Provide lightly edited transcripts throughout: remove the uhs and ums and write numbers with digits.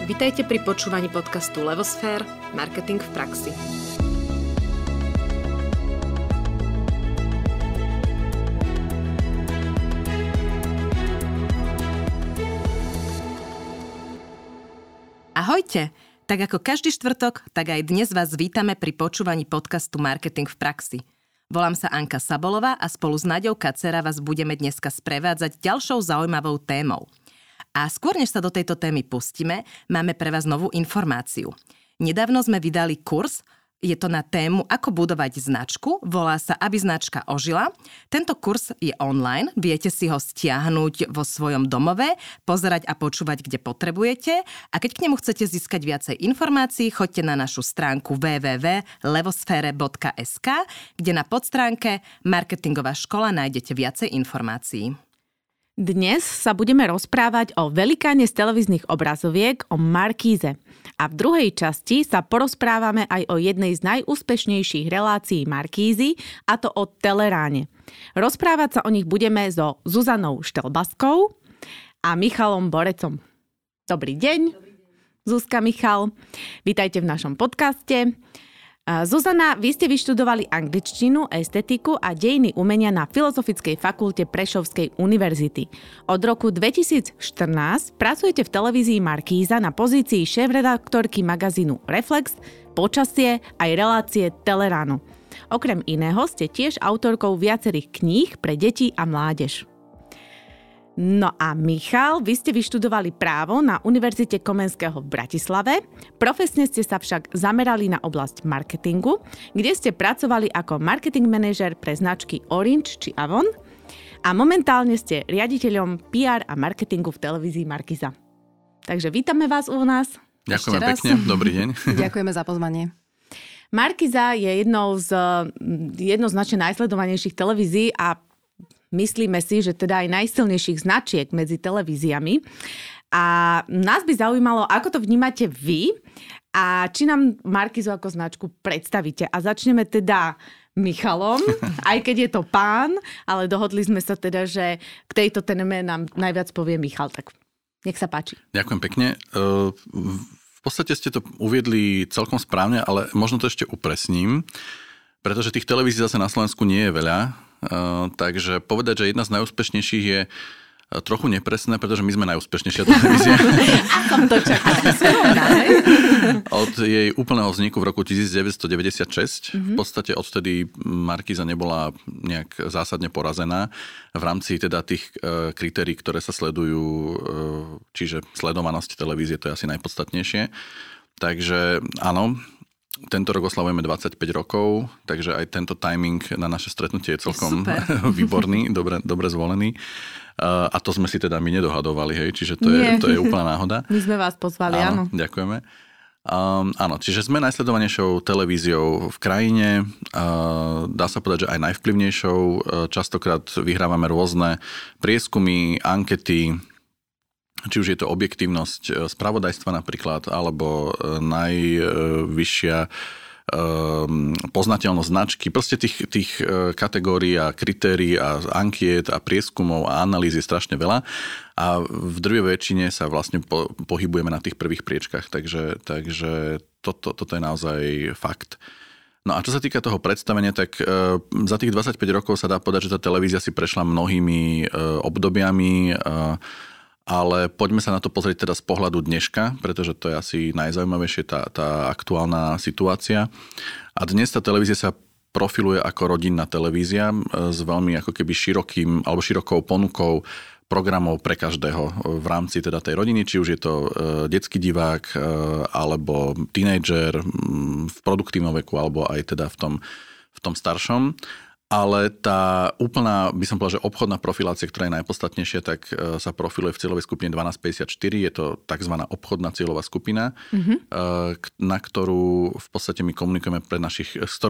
Vitajte pri počúvaní podcastu Levosfér – Marketing v praxi. Ahojte! Tak ako každý štvrtok, tak aj dnes vás vítame pri počúvaní podcastu Marketing v praxi. Volám sa Anka Sabolová a spolu s Naďou Kacera vás budeme dneska sprevádzať ďalšou zaujímavou témou. A skôr, než sa do tejto témy pustíme, máme pre vás novú informáciu. Nedávno sme vydali kurz, je to na tému Ako budovať značku, volá sa Aby značka ožila. Tento kurz je online, viete si ho stiahnuť vo svojom domove, pozerať a počúvať, kde potrebujete. A keď k nemu chcete získať viacej informácií, choďte na našu stránku www.levosfere.sk, kde na podstránke Marketingová škola nájdete viacej informácií. Dnes sa budeme rozprávať o velikáne z televíznych obrazoviek, o Markíze. A v druhej časti sa porozprávame aj o jednej z najúspešnejších relácií Markízy, a to o Teleráne. Rozprávať sa o nich budeme so Zuzanou Štelbaskou a Michalom Borecom. Dobrý deň. Zuzka, Michal. Vítajte v našom podcaste. Zuzana, vy ste vyštudovali angličtinu, estetiku a dejiny umenia na Filozofickej fakulte Prešovskej univerzity. Od roku 2014 pracujete v televízii Markíza na pozícii šéfredaktorky magazínu Reflex, Počasie aj relácie Teleránu. Okrem iného ste tiež autorkou viacerých kníh pre deti a mládež. No a Michal, vy ste vyštudovali právo na Univerzite Komenského v Bratislave, profesne ste sa však zamerali na oblasť marketingu, kde ste pracovali ako marketing manažer pre značky Orange či Avon a momentálne ste riaditeľom PR a marketingu v televízii Markíza. Takže vítame vás u nás. Ďakujeme pekne, dobrý deň. Ďakujeme za pozvanie. Markíza je jednoznačne najsledovanejších televízií a myslíme si, že teda aj najsilnejších značiek medzi televíziami. A nás by zaujímalo, ako to vnímate vy a či nám Markízu ako značku predstavíte. A začneme teda Michalom, aj keď je to pán, ale dohodli sme sa teda, že k tejto téme nám najviac povie Michal. Tak nech sa páči. Ďakujem pekne. V podstate ste to uviedli celkom správne, ale možno to ešte upresním, pretože tých televízií zase na Slovensku nie je veľa. Takže povedať, že jedna z najúspešnejších je trochu nepresné, pretože my sme najúspešnejšia televízia. A som to čakala. Od jej úplného vzniku v roku 1996. V podstate odtedy Markíza nebola nejak zásadne porazená v rámci teda tých kritérií, ktoré sa sledujú, čiže sledovanosť televízie, to je asi najpodstatnejšie. Takže áno, tento rok oslavujeme 25 rokov, takže aj tento timing na naše stretnutie je celkom výborný, dobre zvolený. A to sme si teda my nedohadovali, hej, čiže to je úplná náhoda. My sme vás pozvali, áno. Ďakujeme. Áno, čiže sme najsledovanejšou televíziou v krajine, dá sa povedať, že aj najvplyvnejšou. Častokrát vyhrávame rôzne prieskumy, ankety, či už je to objektívnosť spravodajstva napríklad, alebo najvyššia poznateľnosť značky. Proste tých kategórií a kritérií a ankiet a prieskumov a analýz je strašne veľa a v drvivej väčšine sa vlastne pohybujeme na tých prvých priečkách, takže toto je naozaj fakt. No a čo sa týka toho predstavenia, tak za tých 25 rokov sa dá povedať, že tá televízia si prešla mnohými obdobiami, ale poďme sa na to pozrieť teda z pohľadu dneška, pretože to je asi najzaujímavejšie tá aktuálna situácia. A dnes tá televízia sa profiluje ako rodinná televízia s veľmi ako keby širokou ponukou programov pre každého v rámci teda tej rodiny, či už je to detský divák alebo tínedžer v produktívnom veku alebo aj teda v tom staršom. Ale tá úplná, by som povedal, že obchodná profilácia, ktorá je najpodstatnejšia, tak sa profiluje v cieľovej skupine 12-54. Je to tzv. Obchodná cieľová skupina, na ktorú v podstate my komunikujeme pre našich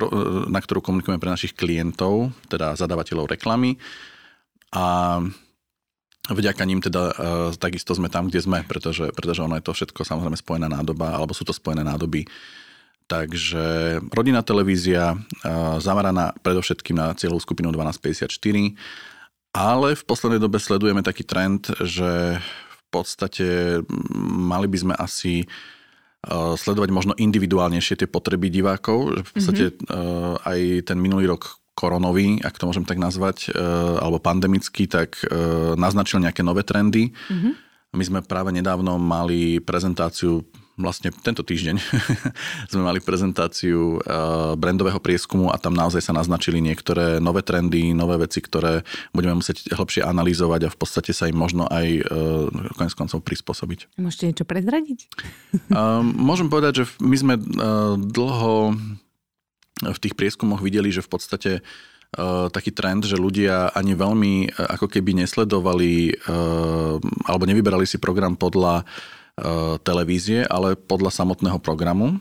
klientov, teda zadávateľov reklamy. A vďaka ním teda takisto sme tam, kde sme, pretože ono je to všetko samozrejme spojená nádoba, alebo sú to spojené nádoby. Takže rodinná televízia zameraná predovšetkým na cieľovú skupinu 12-54, ale v poslednej dobe sledujeme taký trend, že v podstate mali by sme asi sledovať možno individuálnejšie tie potreby divákov. V podstate aj ten minulý rok koronový, ak to môžem tak nazvať, alebo pandemický, tak naznačil nejaké nové trendy. My sme práve nedávno mali prezentáciu, vlastne tento týždeň sme mali prezentáciu brandového prieskumu a tam naozaj sa naznačili niektoré nové trendy, nové veci, ktoré budeme musieť hlbšie analyzovať a v podstate sa im možno aj koniec koncov prispôsobiť. Môžete niečo prezradiť? Môžem povedať, že my sme dlho v tých prieskumoch videli, že v podstate taký trend, že ľudia ani veľmi ako keby nesledovali alebo nevyberali si program podľa televízie, ale podľa samotného programu.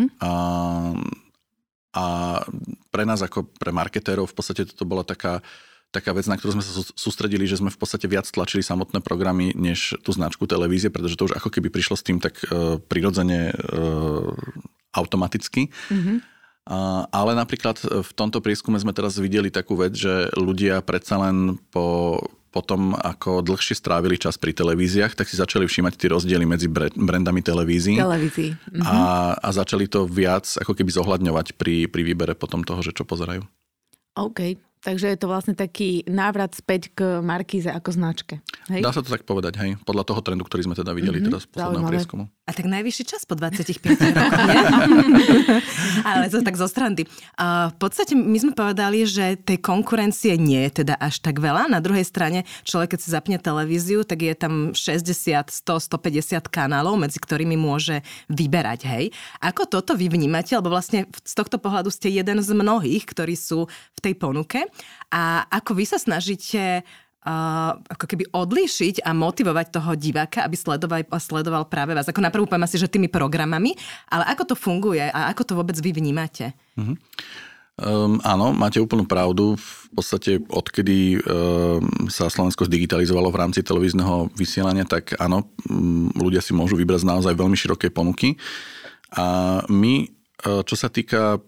A pre nás ako pre marketérov v podstate toto bola taká vec, na ktorú sme sa sústredili, že sme v podstate viac tlačili samotné programy, než tú značku televízie, pretože to už ako keby prišlo s tým tak prirodzene automaticky. Ale napríklad v tomto prieskume sme teraz videli takú vec, že ľudia predsa len potom, ako dlhšie strávili čas pri televíziách, tak si začali všímať tie rozdiely medzi brandami televízií. A začali to viac ako keby zohľadňovať pri výbere potom toho, že čo pozerajú. OK. Takže je to vlastne taký návrat späť k Markíze ako značke. Hej? Dá sa to tak povedať, hej. Podľa toho trendu, ktorý sme teda videli teraz v poslednom prieskumu. A tak najvyšší čas po 25 rokoch, nie? Ale to tak zo strandy. V podstate my sme povedali, že tej konkurencie nie je teda až tak veľa. Na druhej strane, človek, keď si zapne televíziu, tak je tam 60, 100, 150 kanálov, medzi ktorými môže vyberať, hej. Ako toto vy vnímate? Lebo vlastne z tohto pohľadu ste jeden z mnohých, ktorí sú v tej ponuke. A ako vy sa snažíte ako keby odlíšiť a motivovať toho diváka, aby sledoval práve vás? Ako na prvú poviem asi, že tými programami, ale ako to funguje a ako to vôbec vy vnímate? Áno, máte úplnú pravdu. V podstate odkedy sa Slovensko zdigitalizovalo v rámci televízneho vysielania, tak áno, ľudia si môžu vybrať naozaj veľmi široké ponuky. A my, čo sa týka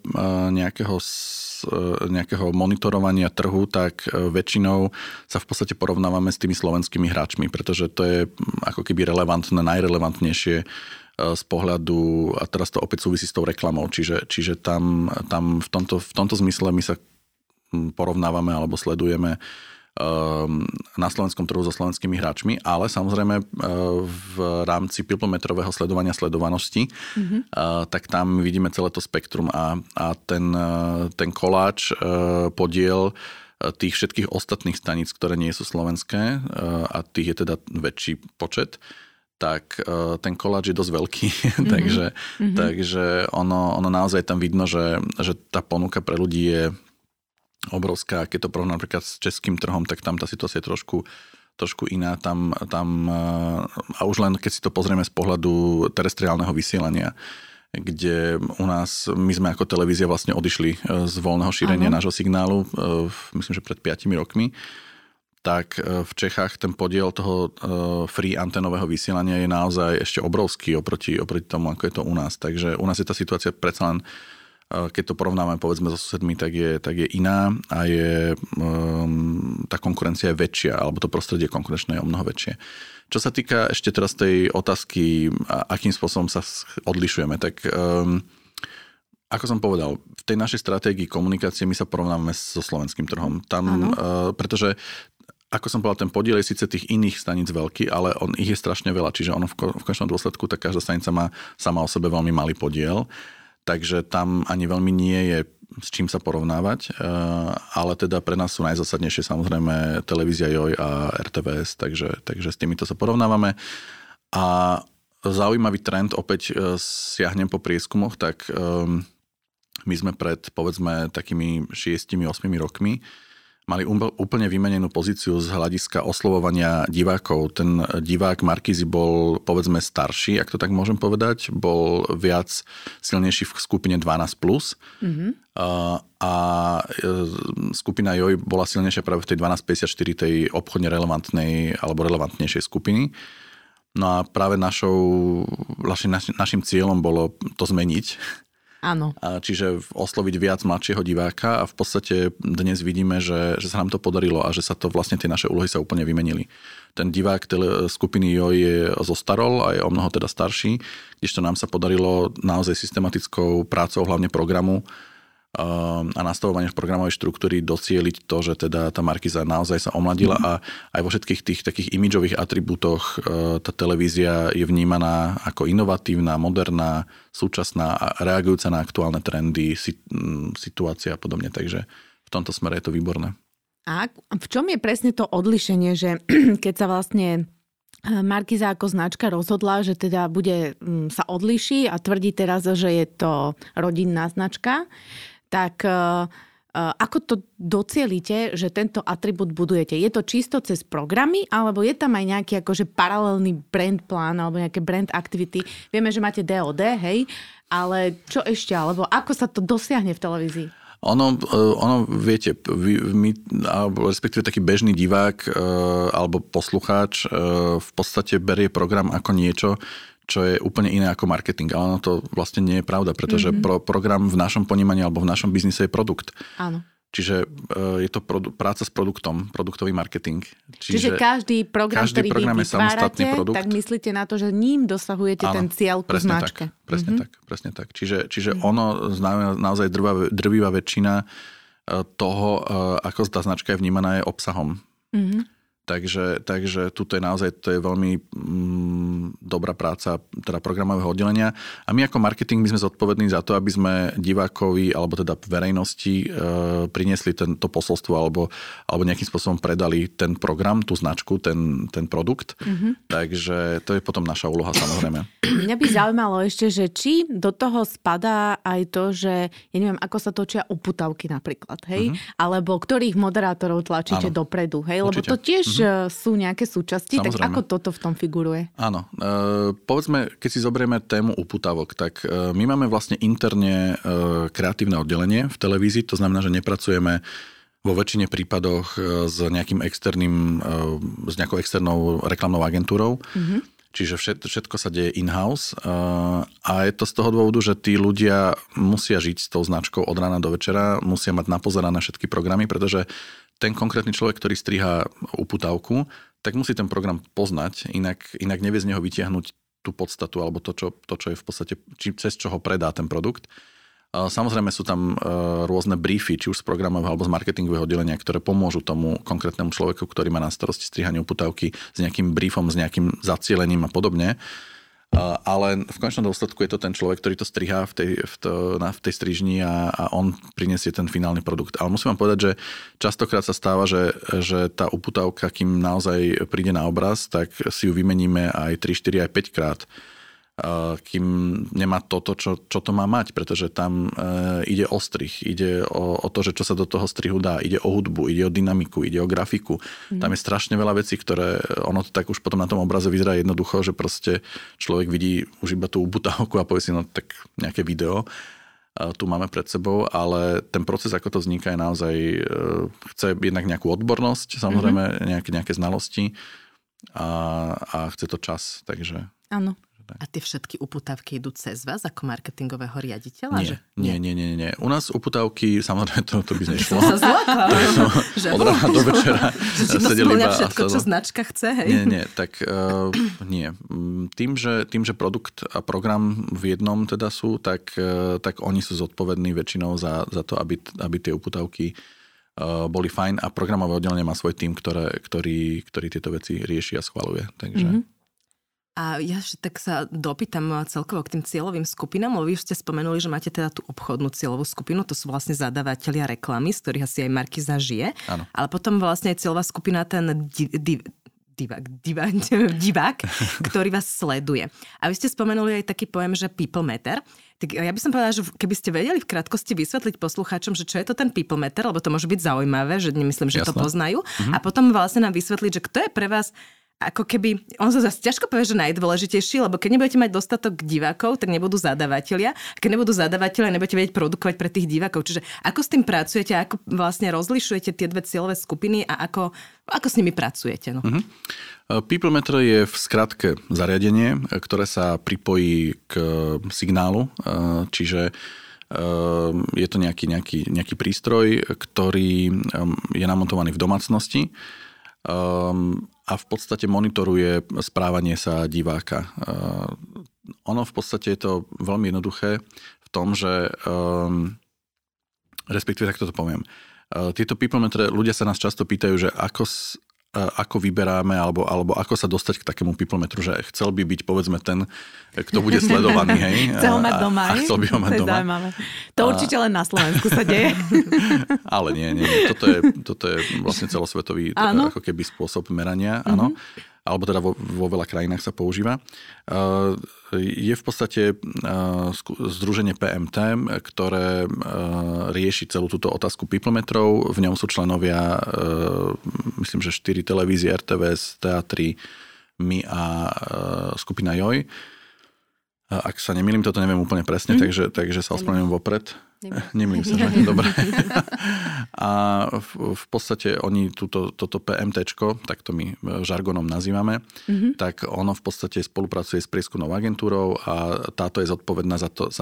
nejakého monitorovania trhu, tak väčšinou sa v podstate porovnávame s tými slovenskými hráčmi, pretože to je ako keby relevantné, najrelevantnejšie z pohľadu, a teraz to opäť súvisí s tou reklamou, čiže tam v tomto zmysle my sa porovnávame alebo sledujeme na slovenskom trhu so slovenskými hráčmi, ale samozrejme v rámci piplmetrového sledovania sledovanosti, tak tam vidíme celé to spektrum a ten koláč, podiel tých všetkých ostatných staníc, ktoré nie sú slovenské, a tých je teda väčší počet, tak ten koláč je dosť veľký. Takže ono naozaj tam vidno, že tá ponuka pre ľudí je obrovská. Keď to porovnám napríklad s českým trhom, tak tam tá situácia je trošku iná. Tam, a už len keď si to pozrieme z pohľadu terestriálneho vysielania, kde u nás, my sme ako televízia vlastne odišli z voľného šírenia nášho signálu, myslím, že pred 5 rokmi, tak v Čechách ten podiel toho free antenového vysielania je naozaj ešte obrovský oproti tomu, ako je to u nás. Takže u nás je tá situácia predsa len, keď to porovnáme povedzme so susedmi, tak je iná a tá konkurencia je väčšia, alebo to prostredie konkurenčné je o mnoho väčšie. Čo sa týka ešte teraz tej otázky, akým spôsobom sa odlišujeme, tak ako som povedal, v tej našej stratégii komunikácie my sa porovnávame so slovenským trhom. Pretože ako som povedal, ten podiel je síce tých iných staníc veľký, ale ich je strašne veľa, čiže ono v konečnom dôsledku, tak každá stanica má sama o sebe veľmi malý podiel. Takže tam ani veľmi nie je s čím sa porovnávať, ale teda pre nás sú najzásadnejšie samozrejme televízia JOJ a RTVS, takže s týmito sa porovnávame. A zaujímavý trend, opäť siahnem po prieskumoch, tak my sme pred povedzme takými 6-8 rokmi mali úplne vymenenú pozíciu z hľadiska oslovovania divákov. Ten divák Markízy bol povedzme starší, ak to tak môžem povedať, bol viac silnejší v skupine 12+. A skupina JOJ bola silnejšia práve v tej 1254, tej obchodne relevantnej alebo relevantnejšej skupiny. No a práve našim cieľom bolo to zmeniť Áno. Čiže osloviť viac mladšieho diváka a v podstate dnes vidíme, že sa nám to podarilo a že sa to vlastne tie naše úlohy sa úplne vymenili. Ten divák skupiny JOJ je zostarol a je o mnoho teda starší, kdežto nám sa podarilo naozaj systematickou prácou hlavne programu a nastavovanie programovej štruktúry docieliť to, že teda tá Markíza naozaj sa omladila a aj vo všetkých tých takých imidžových atribútoch tá televízia je vnímaná ako inovatívna, moderná, súčasná a reagujúca na aktuálne trendy, situácia a podobne. Takže v tomto smere je to výborné. A v čom je presne to odlišenie, že keď sa vlastne Markíza ako značka rozhodla, že teda bude sa odlíši a tvrdí teraz, že je to rodinná značka, tak ako to docielite, že tento atribút budujete? Je to čisto cez programy, alebo je tam aj nejaký akože paralelný brand plán alebo nejaké brand activity? Vieme, že máte DOD, hej, ale čo ešte? Alebo ako sa to dosiahne v televízii? Ono viete, alebo respektíve taký bežný divák alebo poslucháč v podstate berie program ako niečo, čo je úplne iné ako marketing. Ale ono to vlastne nie je pravda, pretože program v našom ponímaní alebo v našom biznise je produkt. Áno. Čiže je to práca s produktom, produktový marketing. Čiže každý program, ktorý vy vytvárate, tak myslíte na to, že ním dosahujete ten cieľ ku značke. Presne tak. Čiže ono, naozaj drvivá väčšina toho, ako tá značka je vnímaná, je obsahom. Takže tuto je naozaj to je veľmi dobrá práca teda programového oddelenia. A my ako marketing my sme zodpovední za to, aby sme divákovi alebo teda verejnosti priniesli to posolstvo alebo nejakým spôsobom predali ten program, tú značku, ten produkt. Takže to je potom naša úloha samozrejme. Mňa by zaujímalo ešte, že či do toho spadá aj to, že ja neviem, ako sa točia uputavky napríklad, hej? Alebo ktorých moderátorov tlačíte dopredu, hej? Lebo to tiež sú nejaké súčasti, samozrejme. Tak ako toto v tom figuruje? Áno. Povedzme, keď si zoberieme tému uputavok, tak my máme vlastne interne kreatívne oddelenie v televízii, to znamená, že nepracujeme vo väčšine prípadoch s nejakou externou reklamnou agentúrou. Čiže všetko sa deje in-house a je to z toho dôvodu, že tí ľudia musia žiť s tou značkou od rána do večera, musia mať napozerané všetky programy, pretože ten konkrétny človek, ktorý strihá uputavku, tak musí ten program poznať, inak nevie z neho vytiahnuť tú podstatu alebo to, čo je v podstate, cez čo ho predá ten produkt. Samozrejme sú tam rôzne briefy, či už z programového alebo z marketingového oddelenia, ktoré pomôžu tomu konkrétnemu človeku, ktorý má na starosti strihanie uputavky s nejakým briefom, s nejakým zacielením a podobne. Ale v konečnom dôsledku je to ten človek, ktorý to strihá v tej strižni a on prinesie ten finálny produkt. Ale musím vám povedať, že častokrát sa stáva, že tá uputavka, kým naozaj príde na obraz, tak si ju vymeníme aj 3, 4, aj 5 krát, kým nemá toto, čo to má mať, pretože tam ide o strih, ide o to, že čo sa do toho strihu dá, ide o hudbu, ide o dynamiku, ide o grafiku. Tam je strašne veľa vecí, ktoré ono to tak už potom na tom obraze vyzerá jednoducho, že proste človek vidí už iba tú uputávku a povie si, no tak nejaké video tu máme pred sebou, ale ten proces, ako to vzniká, je naozaj, chce jednak nejakú odbornosť, samozrejme nejaké znalosti a chce to čas, takže... Áno. A tie všetky uputávky idú cez vás ako marketingového riaditeľa? Nie. U nás uputávky, samozrejme to by nešlo. Som sa zlákala. Od rána do večera sedeli iba... všetko, čo značka chce, hej? Nie. Nie. Tým, že produkt a program v jednom teda sú, tak oni sú zodpovední väčšinou za to, aby tie uputávky boli fajn a programové oddelenie má svoj tím, ktorý tieto veci rieši a schvaľuje. Takže... A ja tak sa dopýtam celkovo k tým cieľovým skupinám, lebo vy už ste spomenuli, že máte teda tú obchodnú cieľovú skupinu, to sú vlastne zadávatelia reklamy, z ktorých asi aj Markíza žije. Áno. Ale potom vlastne aj cieľová skupina ten divák, ktorý vás sleduje. A vy ste spomenuli aj taký pojem, že people matter. Tak ja by som povedala, že keby ste vedeli v krátkosti vysvetliť poslucháčom, že čo je to ten people matter, lebo to môže byť zaujímavé, že nemyslím, že to poznajú. A potom vlastne nám vysvetliť, že kto je pre vás ako keby, on sa zase ťažko povie, že najdôležitejší, lebo keď nebudete mať dostatok divákov, tak nebudú zadávatelia. Keď nebudú zadávatelia, nebudete vedieť produkovať pre tých divákov. Čiže ako s tým pracujete, ako vlastne rozlišujete tie dve cieľové skupiny a ako s nimi pracujete? No? People Meter je v skratke zariadenie, ktoré sa pripojí k signálu, čiže Je to nejaký prístroj, ktorý je namontovaný v domácnosti a v podstate monitoruje správanie sa diváka. Ono v podstate je to veľmi jednoduché v tom, že respektíve takto to poviem. Tieto peoplemetre, ľudia sa nás často pýtajú, že ako vyberáme alebo ako sa dostať k takému peoplemetru, že chcel by byť povedzme ten, kto bude sledovaný, hej? Chcel ho mať doma, a chcel by ho mať doma. Zaujímavé. To určite len na Slovensku sa deje. Ale nie. Toto je vlastne celosvetový ako keby spôsob merania, áno. Alebo teda vo veľa krajinách sa používa. Je v podstate združenie PMT, ktoré rieši celú túto otázku peoplemetrov. V ňom sú členovia, myslím, že 4 televízie, RTVS, TA3, my a skupina JOJ. Ak sa nemýlim, toto neviem úplne presne, takže sa ospravedlňujem vopred. Nemýlim sa, že? Dobre. A v podstate oni toto PMTčko, tak to my žargonom nazývame, tak ono v podstate spolupracuje s prieskumnou agentúrou a táto je zodpovedná za to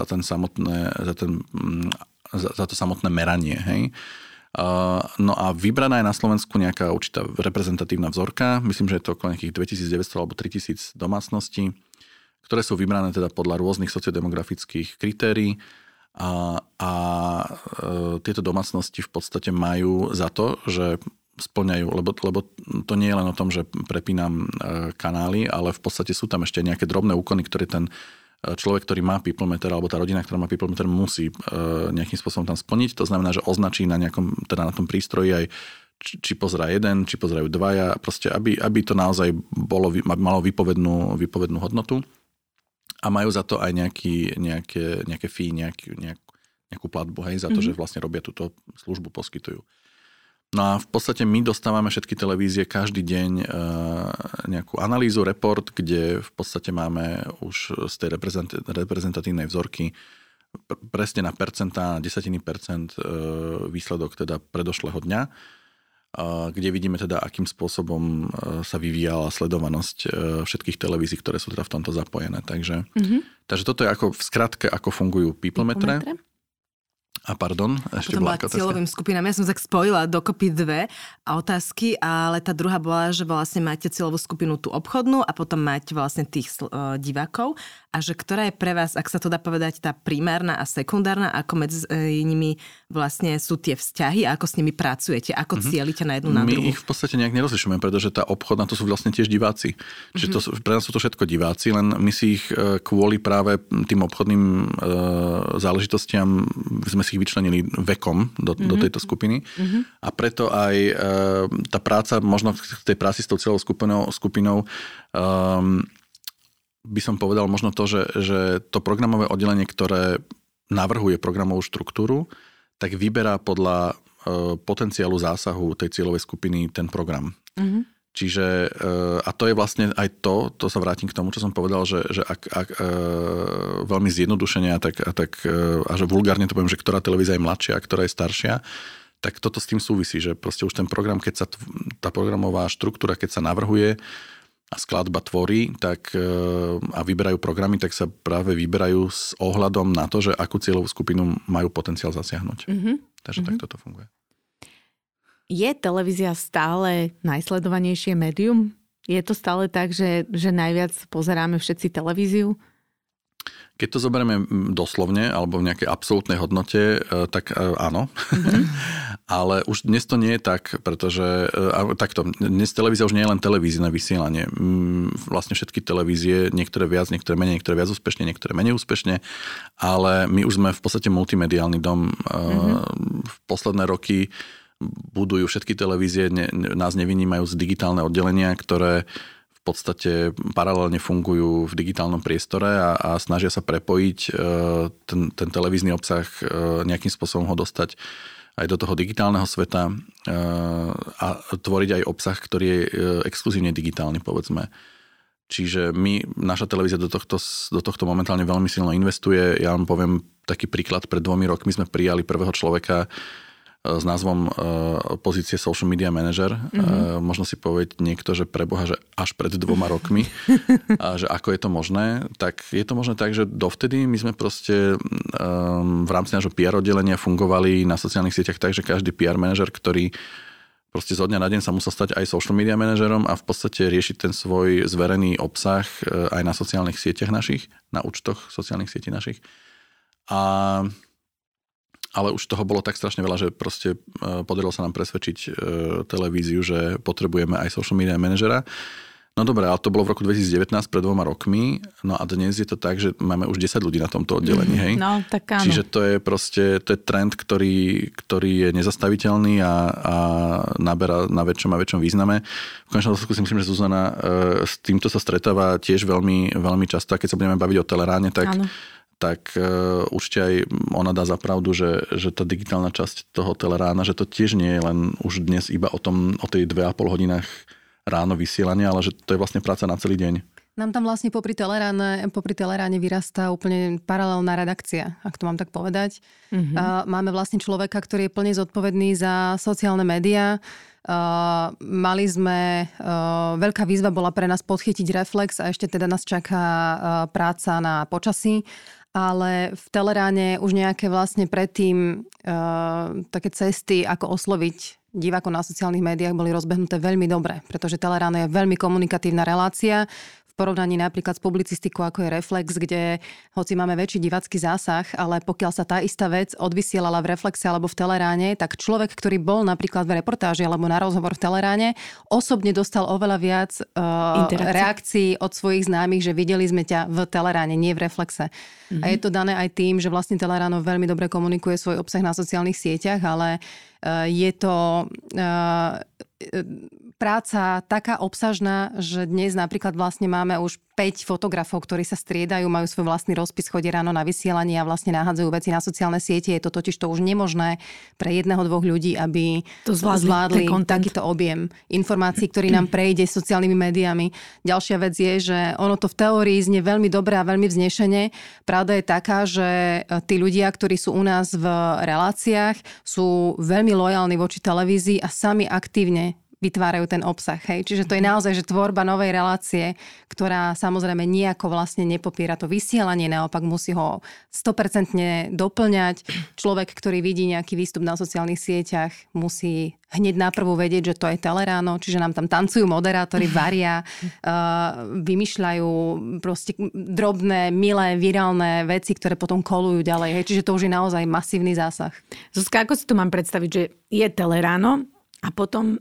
samotné meranie. Hej? No a vybraná je na Slovensku nejaká určitá reprezentatívna vzorka, myslím, že je to okolo nejakých 2900 alebo 3000 domácností, ktoré sú vybrané teda podľa rôznych sociodemografických kritérií a tieto domácnosti v podstate majú za to, že spĺňajú, lebo to nie je len o tom, že prepínam kanály, ale v podstate sú tam ešte nejaké drobné úkony, ktoré ten človek, ktorý má peoplemeter, alebo tá rodina, ktorá má peoplemeter, musí nejakým spôsobom tam splniť. To znamená, že označí na na tom prístroji aj či pozerá jeden, či pozerajú dvaja, proste aby to naozaj malo výpovednú hodnotu. A majú za to aj nejaké fee, nejakú platbu, hej, za to, že vlastne robia túto službu, poskytujú. No a v podstate my dostávame všetky televízie každý deň nejakú analýzu, report, kde v podstate máme už z tej reprezentatívnej vzorky presne na percentá, 10% výsledok teda predošlého dňa, kde vidíme teda, akým spôsobom sa vyvíjala sledovanosť všetkých televízií, ktoré sú teda v tomto zapojené. Takže toto je ako v skratke, ako fungujú peoplemetre. A pardon, ešte bola otázka. Cieľovým skupinám. Ja som tak spojila dokopy dve otázky, ale tá druhá bola, že vlastne máte cieľovú skupinu tú obchodnú a potom máte vlastne tých divákov a že ktorá je pre vás, ak sa to dá povedať, tá primárna a sekundárna, ako medzi nimi vlastne sú tie vzťahy a ako s nimi pracujete, ako cielite na jednu na druhú. My ich v podstate nejak nerozlišujeme, pretože tá obchodná, to sú vlastne tiež diváci. Čiže pre nás sú to všetko diváci, len my si ich kvôli práve tým obchodným záležitostiam sme si ich vyčlenili vekom do tejto skupiny. A preto aj tá práca, možno v tej práci s tou celou skupinou by som povedal možno to, že to programové oddelenie, ktoré navrhuje programovú štruktúru, tak vyberá podľa potenciálu zásahu tej cieľovej skupiny ten program. Čiže, a to je vlastne aj to sa vrátim k tomu, čo som povedal, že ak veľmi zjednodušene a že vulgárne to poviem, že ktorá televízia je mladšia a ktorá je staršia, tak toto s tým súvisí, že proste už ten program, keď sa tá programová štruktúra, keď sa navrhuje a skladba tvorí, tak a vyberajú programy, tak sa práve vyberajú s ohľadom na to, že akú cieľovú skupinu majú potenciál zasiahnuť. Takže tak toto funguje. Je televízia stále najsledovanejšie médium? Je to stále tak, že najviac pozeráme všetci televíziu? Keď to zoberieme doslovne, alebo v nejakej absolútnej hodnote, tak áno. Ale už dnes to nie je tak, pretože dnes televízia už nie je len televízne vysielanie. Vlastne všetky televízie, niektoré viac, niektoré menej, niektoré viac úspešne, niektoré menej úspešne, ale my už sme v podstate multimediálny dom. V posledné roky budujú všetky televízie, nás nevynímajú z digitálne oddelenia, ktoré v podstate paralelne fungujú v digitálnom priestore a snažia sa prepojiť ten televízny obsah, nejakým spôsobom ho dostať aj do toho digitálneho sveta a tvoriť aj obsah, ktorý je exkluzívne digitálny, povedzme. Čiže naša televízia do tohto momentálne veľmi silno investuje. Ja vám poviem taký príklad, pred 2 rokmi sme prijali prvého človeka s názvom pozície Social Media Manager. Možno si povieť niekto, že preboha, že až pred 2 rokmi, a že ako je to možné. Tak je to možné tak, že dovtedy my sme proste v rámci nášho PR oddelenia fungovali na sociálnych sieťach tak, že každý PR manažer, ktorý proste zo dňa na deň sa musel stať aj social media manažerom a v podstate riešiť ten svoj zverený obsah aj na sociálnych sieťach našich, na účtoch sociálnych sietí našich. Ale už toho bolo tak strašne veľa, že proste podarilo sa nám presvedčiť televíziu, že potrebujeme aj social media manažera. No dobré, ale to bolo v roku 2019, pred 2 rokmi. No a dnes je to tak, že máme už 10 ľudí na tomto oddelení, hej? No, tak áno. Čiže to je proste, to je trend, ktorý je nezastaviteľný a naberá na väčšom a väčšom význame. V konečnom dôsledku si myslím, že Zuzana s týmto sa stretáva tiež veľmi, veľmi často. A keď sa budeme baviť o Teleráne, tak určite aj ona dá za pravdu, že tá digitálna časť toho Telerána, že to tiež nie je len už dnes iba o tej 2,5 hodinách ráno vysielania, ale že to je vlastne práca na celý deň. Nám tam vlastne popri Teleráne vyrastá úplne paralelná redakcia, ak to mám tak povedať. Máme vlastne človeka, ktorý je plne zodpovedný za sociálne médiá. Mali sme, veľká výzva bola pre nás podchytiť Reflex a ešte teda nás čaká práca na počasí. Ale v Teleráne už nejaké vlastne predtým také cesty, ako osloviť divákov na sociálnych médiách, boli rozbehnuté veľmi dobre, pretože Teleráno je veľmi komunikatívna relácia. V porovnaní napríklad s publicistikou, ako je Reflex, kde hoci máme väčší divácky zásah, ale pokiaľ sa tá istá vec odvysielala v Reflexe alebo v Teleráne, tak človek, ktorý bol napríklad v reportáži alebo na rozhovor v Teleráne, osobne dostal oveľa viac reakcií od svojich známych, že videli sme ťa v Teleráne, nie v Reflexe. A je to dané aj tým, že vlastne Teleráno veľmi dobre komunikuje svoj obsah na sociálnych sieťach, ale je to práca taká obsažná, že dnes napríklad vlastne máme už 5 fotografov, ktorí sa striedajú, majú svoj vlastný rozpis, chodia ráno na vysielanie a vlastne nahádzajú veci na sociálne siete. Je to totiž to už nemožné pre 1-2 ľudí, aby to zvládli takýto objem informácií, ktorý nám prejde sociálnymi médiami. Ďalšia vec je, že ono to v teórii znie veľmi dobre a veľmi vznešene. Pravda je taká, že tí ľudia, ktorí sú u nás v reláciách, sú veľmi lojálni voči televízii a sami aktívne vytvárajú ten obsah. Hej? Čiže to je naozaj že tvorba novej relácie, ktorá samozrejme nejako vlastne nepopiera to vysielanie, naopak musí ho 100% doplňať. Človek, ktorý vidí nejaký výstup na sociálnych sieťach, musí hneď naprvu vedieť, že to je Teleráno, čiže nám tam tancujú moderátori, varia, vymýšľajú proste drobné, milé, virálne veci, ktoré potom kolujú ďalej. Hej? Čiže to už je naozaj masívny zásah. Zuzka, ako si to mám predstaviť, že je Teleráno a potom,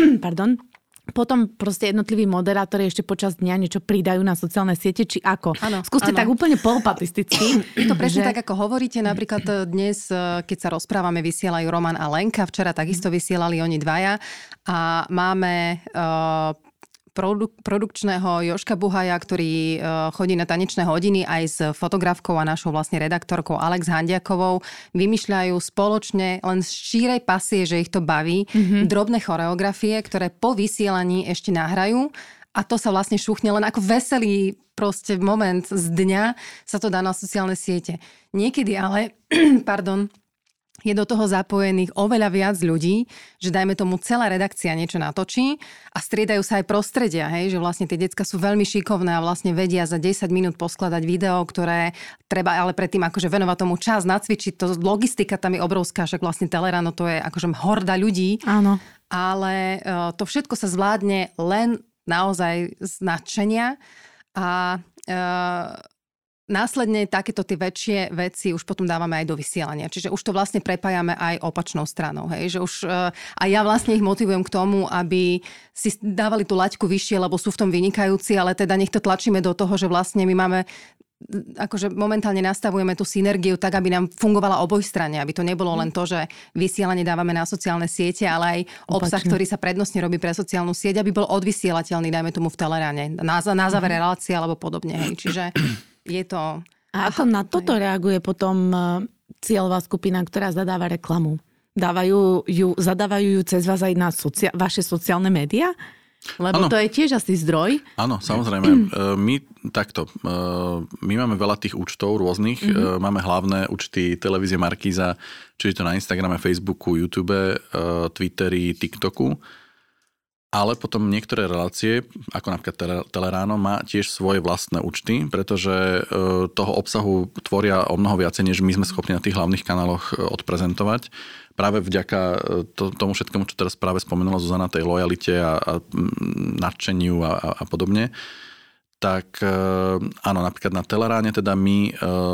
potom proste jednotliví moderátori ešte počas dňa niečo pridajú na sociálne siete, či ako? Áno, skúste tak úplne polopatisticky. To presne tak, ako hovoríte. Napríklad dnes, keď sa rozprávame, vysielajú Roman a Lenka. Včera takisto vysielali oni dvaja. A máme produkčného Jožka Buhaja, ktorý chodí na tanečné hodiny aj s fotografkou a našou vlastne redaktorkou Alex Handiakovou. Vymýšľajú spoločne len z šírej pasie, že ich to baví, drobné choreografie, ktoré po vysielaní ešte nahrajú. A to sa vlastne šuchne len ako veselý proste moment z dňa sa to dá na sociálne siete. Niekedy ale, je do toho zapojených oveľa viac ľudí, že dajme tomu celá redakcia niečo natočí a striedajú sa aj prostredia, hej, že vlastne tie decká sú veľmi šikovné a vlastne vedia za 10 minút poskladať video, ktoré treba ale predtým akože venovať tomu čas, nacvičiť to, logistika tam je obrovská, však vlastne Teleráno to je akože horda ľudí. Áno. Ale to všetko sa zvládne len naozaj z nadšenia a následne takéto tie väčšie veci už potom dávame aj do vysielania. Čiže už to vlastne prepájame aj opačnou stranou. Hej? Že už, a ja vlastne ich motivujem k tomu, aby si dávali tú laťku vyššie, lebo sú v tom vynikajúci, ale teda nech to tlačíme do toho, že vlastne my máme akože momentálne nastavujeme tú synergiu tak, aby nám fungovala obojstranne, aby to nebolo len to, že vysielanie dávame na sociálne siete, ale aj obsah, ktorý sa prednostne robí pre sociálnu sieť, aby bol odvysielateľný, dajme tomu v Teleráne, na záver relácie alebo podobne. Hej. Čiže je to... A ako na toto reaguje potom cieľová skupina, ktorá zadáva reklamu? Zadávajú ju cez vás aj na vaše sociálne médiá? Lebo to je tiež asi zdroj. Áno, samozrejme. My máme veľa tých účtov rôznych. Máme hlavné účty televízie Markíza, či je to na Instagrame, Facebooku, YouTube, Twitteri, TikToku. Ale potom niektoré relácie, ako napríklad Teleráno, má tiež svoje vlastné účty, pretože toho obsahu tvoria o mnoho viacej, než my sme schopní na tých hlavných kanáloch odprezentovať. Práve vďaka tomu všetkému, čo teraz práve spomenula Zuzana, tej lojalite a nadšeniu a podobne. Tak áno, napríklad na Teleráne teda my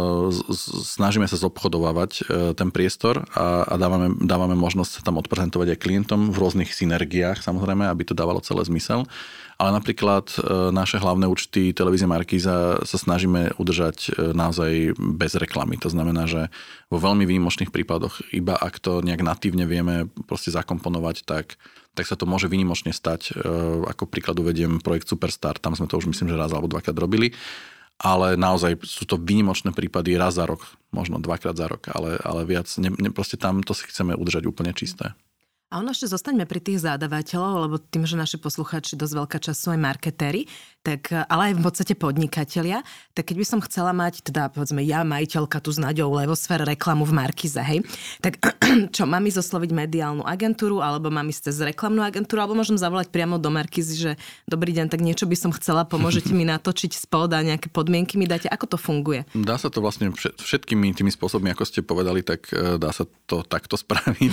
snažíme sa zobchodovávať ten priestor a dávame možnosť sa tam odprezentovať aj klientom v rôznych synergiách, samozrejme, aby to dávalo celé zmysel. Ale napríklad naše hlavné účty televízie Markíza sa snažíme udržať naozaj bez reklamy. To znamená, že vo veľmi výnimočných prípadoch, iba ak to nejak natívne vieme proste zakomponovať, tak sa to môže výnimočne stať. Ako príklad uvediem projekt Superstar, tam sme to už myslím, že raz alebo dvakrát robili, ale naozaj sú to výnimočné prípady raz za rok, možno dvakrát za rok, ale viac, proste tam to si chceme udržať úplne čisté. A ono ešte zostaňme pri tých zádávateľov, lebo tým, že naši poslucháči dosť veľká časť sú aj marketéri, tak, ale aj v podstate podnikatelia, tak keď by som chcela mať, teda povedzme ja, majiteľka tu s Naďou Levosfér reklamu v Markíze, hej, tak čo, mám ísť osloviť mediálnu agentúru, alebo mám ísť cez reklamnú agentúru, alebo môžem zavolať priamo do Markízy, že dobrý deň, tak niečo by som chcela, pomôžete mi natočiť spod a nejaké podmienky mi dáte, ako to funguje? Dá sa to vlastne všetkými tými spôsobmi, ako ste povedali, tak dá sa to takto spraviť.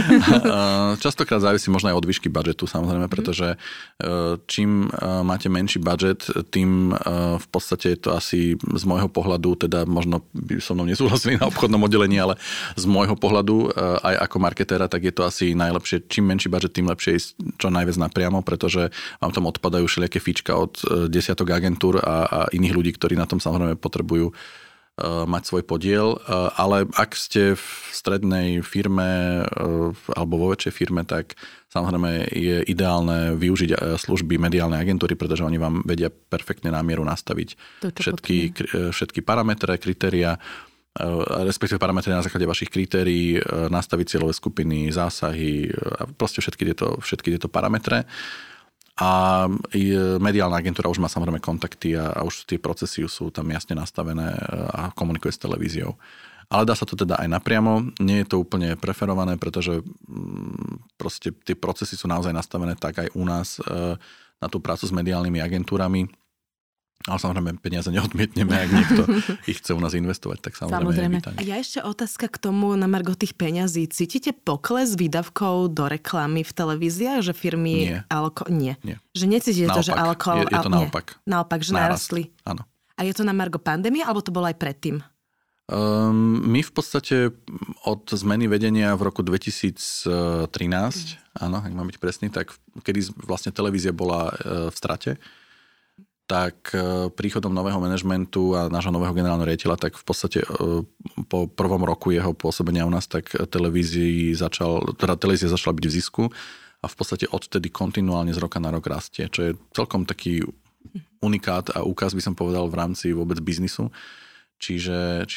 Častokrát závisí možno aj od výšky budžetu, samozrejme, pretože čím máte menší budžet, tým v podstate je to asi z môjho pohľadu, teda možno by so mnou nesúhlasili na obchodnom oddelení, ale z môjho pohľadu aj ako marketéra, tak je to asi najlepšie. Čím menší budžet, tým lepšie ísť čo najviac napriamo, pretože vám tam odpadajú všelijaké fíčka od desiatok agentúr a iných ľudí, ktorí na tom samozrejme potrebujú mať svoj podiel, ale ak ste v strednej firme alebo vo väčšej firme, tak samozrejme je ideálne využiť služby mediálnej agentúry, pretože oni vám vedia perfektne na mieru nastaviť všetky parametre, kritéria, respektíve parametre na základe vašich kritérií, nastaviť cieľové skupiny, zásahy a proste všetky tieto parametre. A mediálna agentúra už má samozrejme kontakty a už tie procesy sú tam jasne nastavené a komunikuje s televíziou. Ale dá sa to teda aj napriamo. Nie je to úplne preferované, pretože proste tie procesy sú naozaj nastavené tak aj u nás na tú prácu s mediálnymi agentúrami. Ale samozrejme peniaze neodmietneme, ak niekto ich chce u nás investovať, tak samozrejme. A ja ešte otázka k tomu na margo tých peňazí. Cítite pokles výdavkov do reklamy v televíziách, že firmy Nie. Že necítite to, že alkohol... Je to naopak. Naopak, že narastli. Áno. A je to na margo pandémie, alebo to bolo aj predtým? My v podstate od zmeny vedenia v roku 2013, áno, ak mám byť presný, tak kedy vlastne televízia bola v strate, tak príchodom nového manažmentu a nášho nového generálneho riaditeľa, tak v podstate po prvom roku jeho pôsobenia u nás, tak televízia začala byť v zisku a v podstate odtedy kontinuálne z roka na rok rastie, čo je celkom taký unikát a úkaz, by som povedal, v rámci vôbec biznisu. Čiže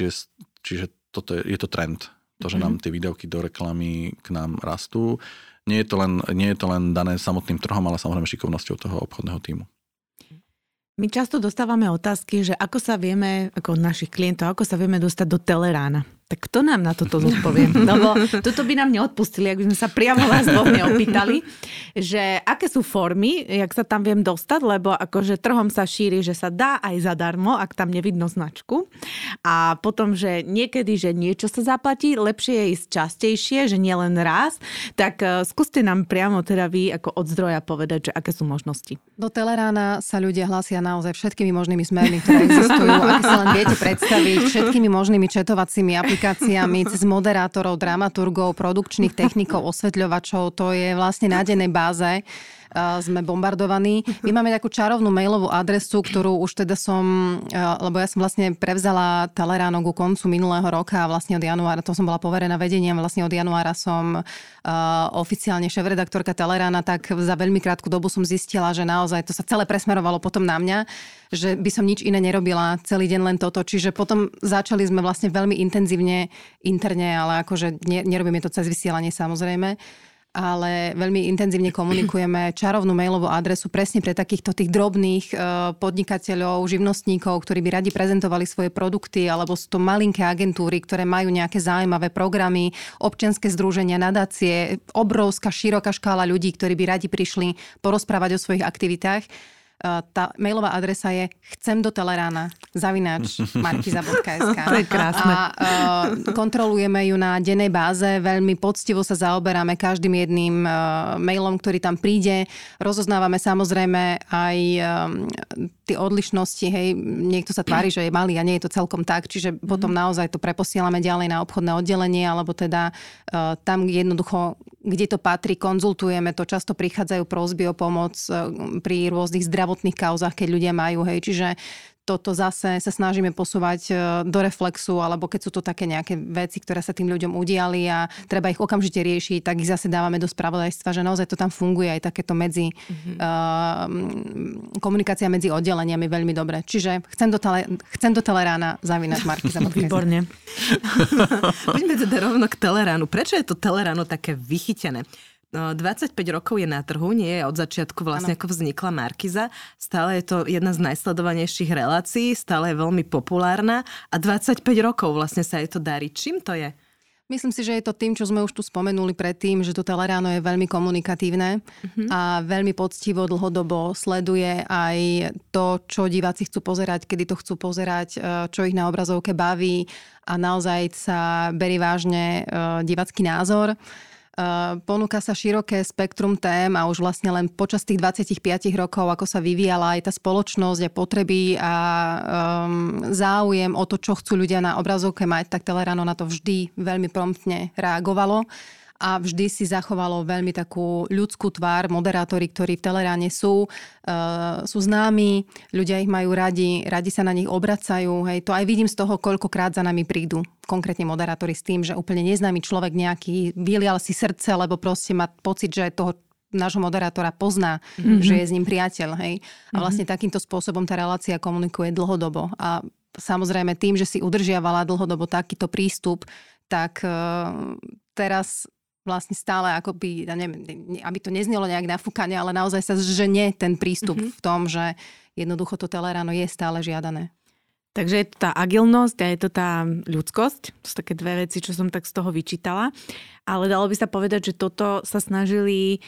je to trend. To, že nám tie výdavky do reklamy k nám rastú. Nie je to len dané samotným trhom, ale samozrejme šikovnosťou toho obchodného tímu. My často dostávame otázky, že ako sa vieme, ako od našich klientov, ako sa vieme dostať do Telerána. Tak kto nám na toto zodpovie? Lebo toto by nám neodpustili, ak by sme sa priamo vás dvoch neopýtali, že aké sú formy, jak sa tam viem dostať, lebo akože trhom sa šíri, že sa dá aj zadarmo, ak tam nevidno značku. A potom, že niekedy, že niečo sa zaplatí, lepšie je ísť častejšie, že nie len raz. Tak skúste nám priamo teda vy ako od zdroja povedať, že aké sú možnosti. Do Telerána sa ľudia hlásia naozaj všetkými možnými smermi, ktoré existujú, aké sa len viete predstaviť, všetkými možnými četovacími aplikáciami, cez moderátorov, dramaturgov, produkčných technikov, osvetľovačov. To je vlastne na dennej báze. Sme bombardovaní. My máme takú čarovnú mailovú adresu, ktorú už teda lebo ja som vlastne prevzala Teleráno ku koncu minulého roka a vlastne od januára, to som bola poverená vedením, vlastne od januára som oficiálne šéfredaktorka Telerána, tak za veľmi krátku dobu som zistila, že naozaj to sa celé presmerovalo potom na mňa, že by som nič iné nerobila, celý deň len toto. Čiže potom začali sme vlastne veľmi intenzívne interne, ale akože nerobíme to cez vysielanie samozrejme. ale veľmi intenzívne komunikujeme čarovnú mailovú adresu presne pre takýchto tých drobných podnikateľov, živnostníkov, ktorí by radi prezentovali svoje produkty, alebo sú to malinké agentúry, ktoré majú nejaké zaujímavé programy, občianske združenia, nadácie, obrovská, široká škála ľudí, ktorí by radi prišli porozprávať o svojich aktivitách. Tá mailová adresa je chcemdotelerana@markiza.sk. To je krásne. A kontrolujeme ju na dennej báze, veľmi poctivo sa zaoberáme každým jedným mailom, ktorý tam príde. Rozoznávame samozrejme aj tie odlišnosti, hej, niekto sa tvári, že je malý a nie je to celkom tak, čiže potom naozaj to preposielame ďalej na obchodné oddelenie, alebo teda tam jednoducho, kde to patrí, konzultujeme to, často prichádzajú prosby o pomoc pri rôznych zdravotných kauzách, keď ľudia majú, hej, čiže toto zase sa snažíme posúvať do reflexu, alebo keď sú to také nejaké veci, ktoré sa tým ľuďom udiali a treba ich okamžite riešiť, tak ich zase dávame do spravodajstva, že naozaj to tam funguje aj takéto komunikácia medzi oddeleniami veľmi dobre. Čiže chcem do Telerána @markiza.sk. Výborne. Poďme teda rovno k Teleránu. Prečo je to Teleráno také vychytené? 25 rokov je na trhu, nie je od začiatku vlastne ako vznikla Markiza. Stále je to jedna z najsledovanejších relácií, stále je veľmi populárna a 25 rokov vlastne sa jej to darí. Čím to je? Myslím si, že je to tým, čo sme už tu spomenuli predtým, že to Teleráno je veľmi komunikatívne a veľmi poctivo dlhodobo sleduje aj to, čo diváci chcú pozerať, kedy to chcú pozerať, čo ich na obrazovke baví a naozaj sa berie vážne divácky názor. Ponúka sa široké spektrum tém a už vlastne len počas tých 25 rokov, ako sa vyvíjala aj tá spoločnosť a potreby a záujem o to, čo chcú ľudia na obrazovke mať, tak Teleráno na to vždy veľmi promptne reagovalo a vždy si zachovalo veľmi takú ľudskú tvár. Moderátori, ktorí v Teleráne sú známi, ľudia ich majú radi sa na nich obracajú. Hej. To aj vidím z toho, koľkokrát za nami prídu konkrétne moderátori s tým, že úplne neznámy človek nejaký vylial si srdce, lebo proste má pocit, že toho nášho moderátora pozná, že je s ním priateľ. Hej. A vlastne takýmto spôsobom tá relácia komunikuje dlhodobo. A samozrejme tým, že si udržiavala dlhodobo takýto prístup, tak teraz vlastne stále akoby, neviem, aby to neznelo nejak nafúkane, ale naozaj sa ženie ten prístup v tom, že jednoducho to Teleráno je stále žiadané. Takže je to tá agilnosť a je to tá ľudskosť. To sú také dve veci, čo som tak z toho vyčítala. Ale dalo by sa povedať, že toto sa snažili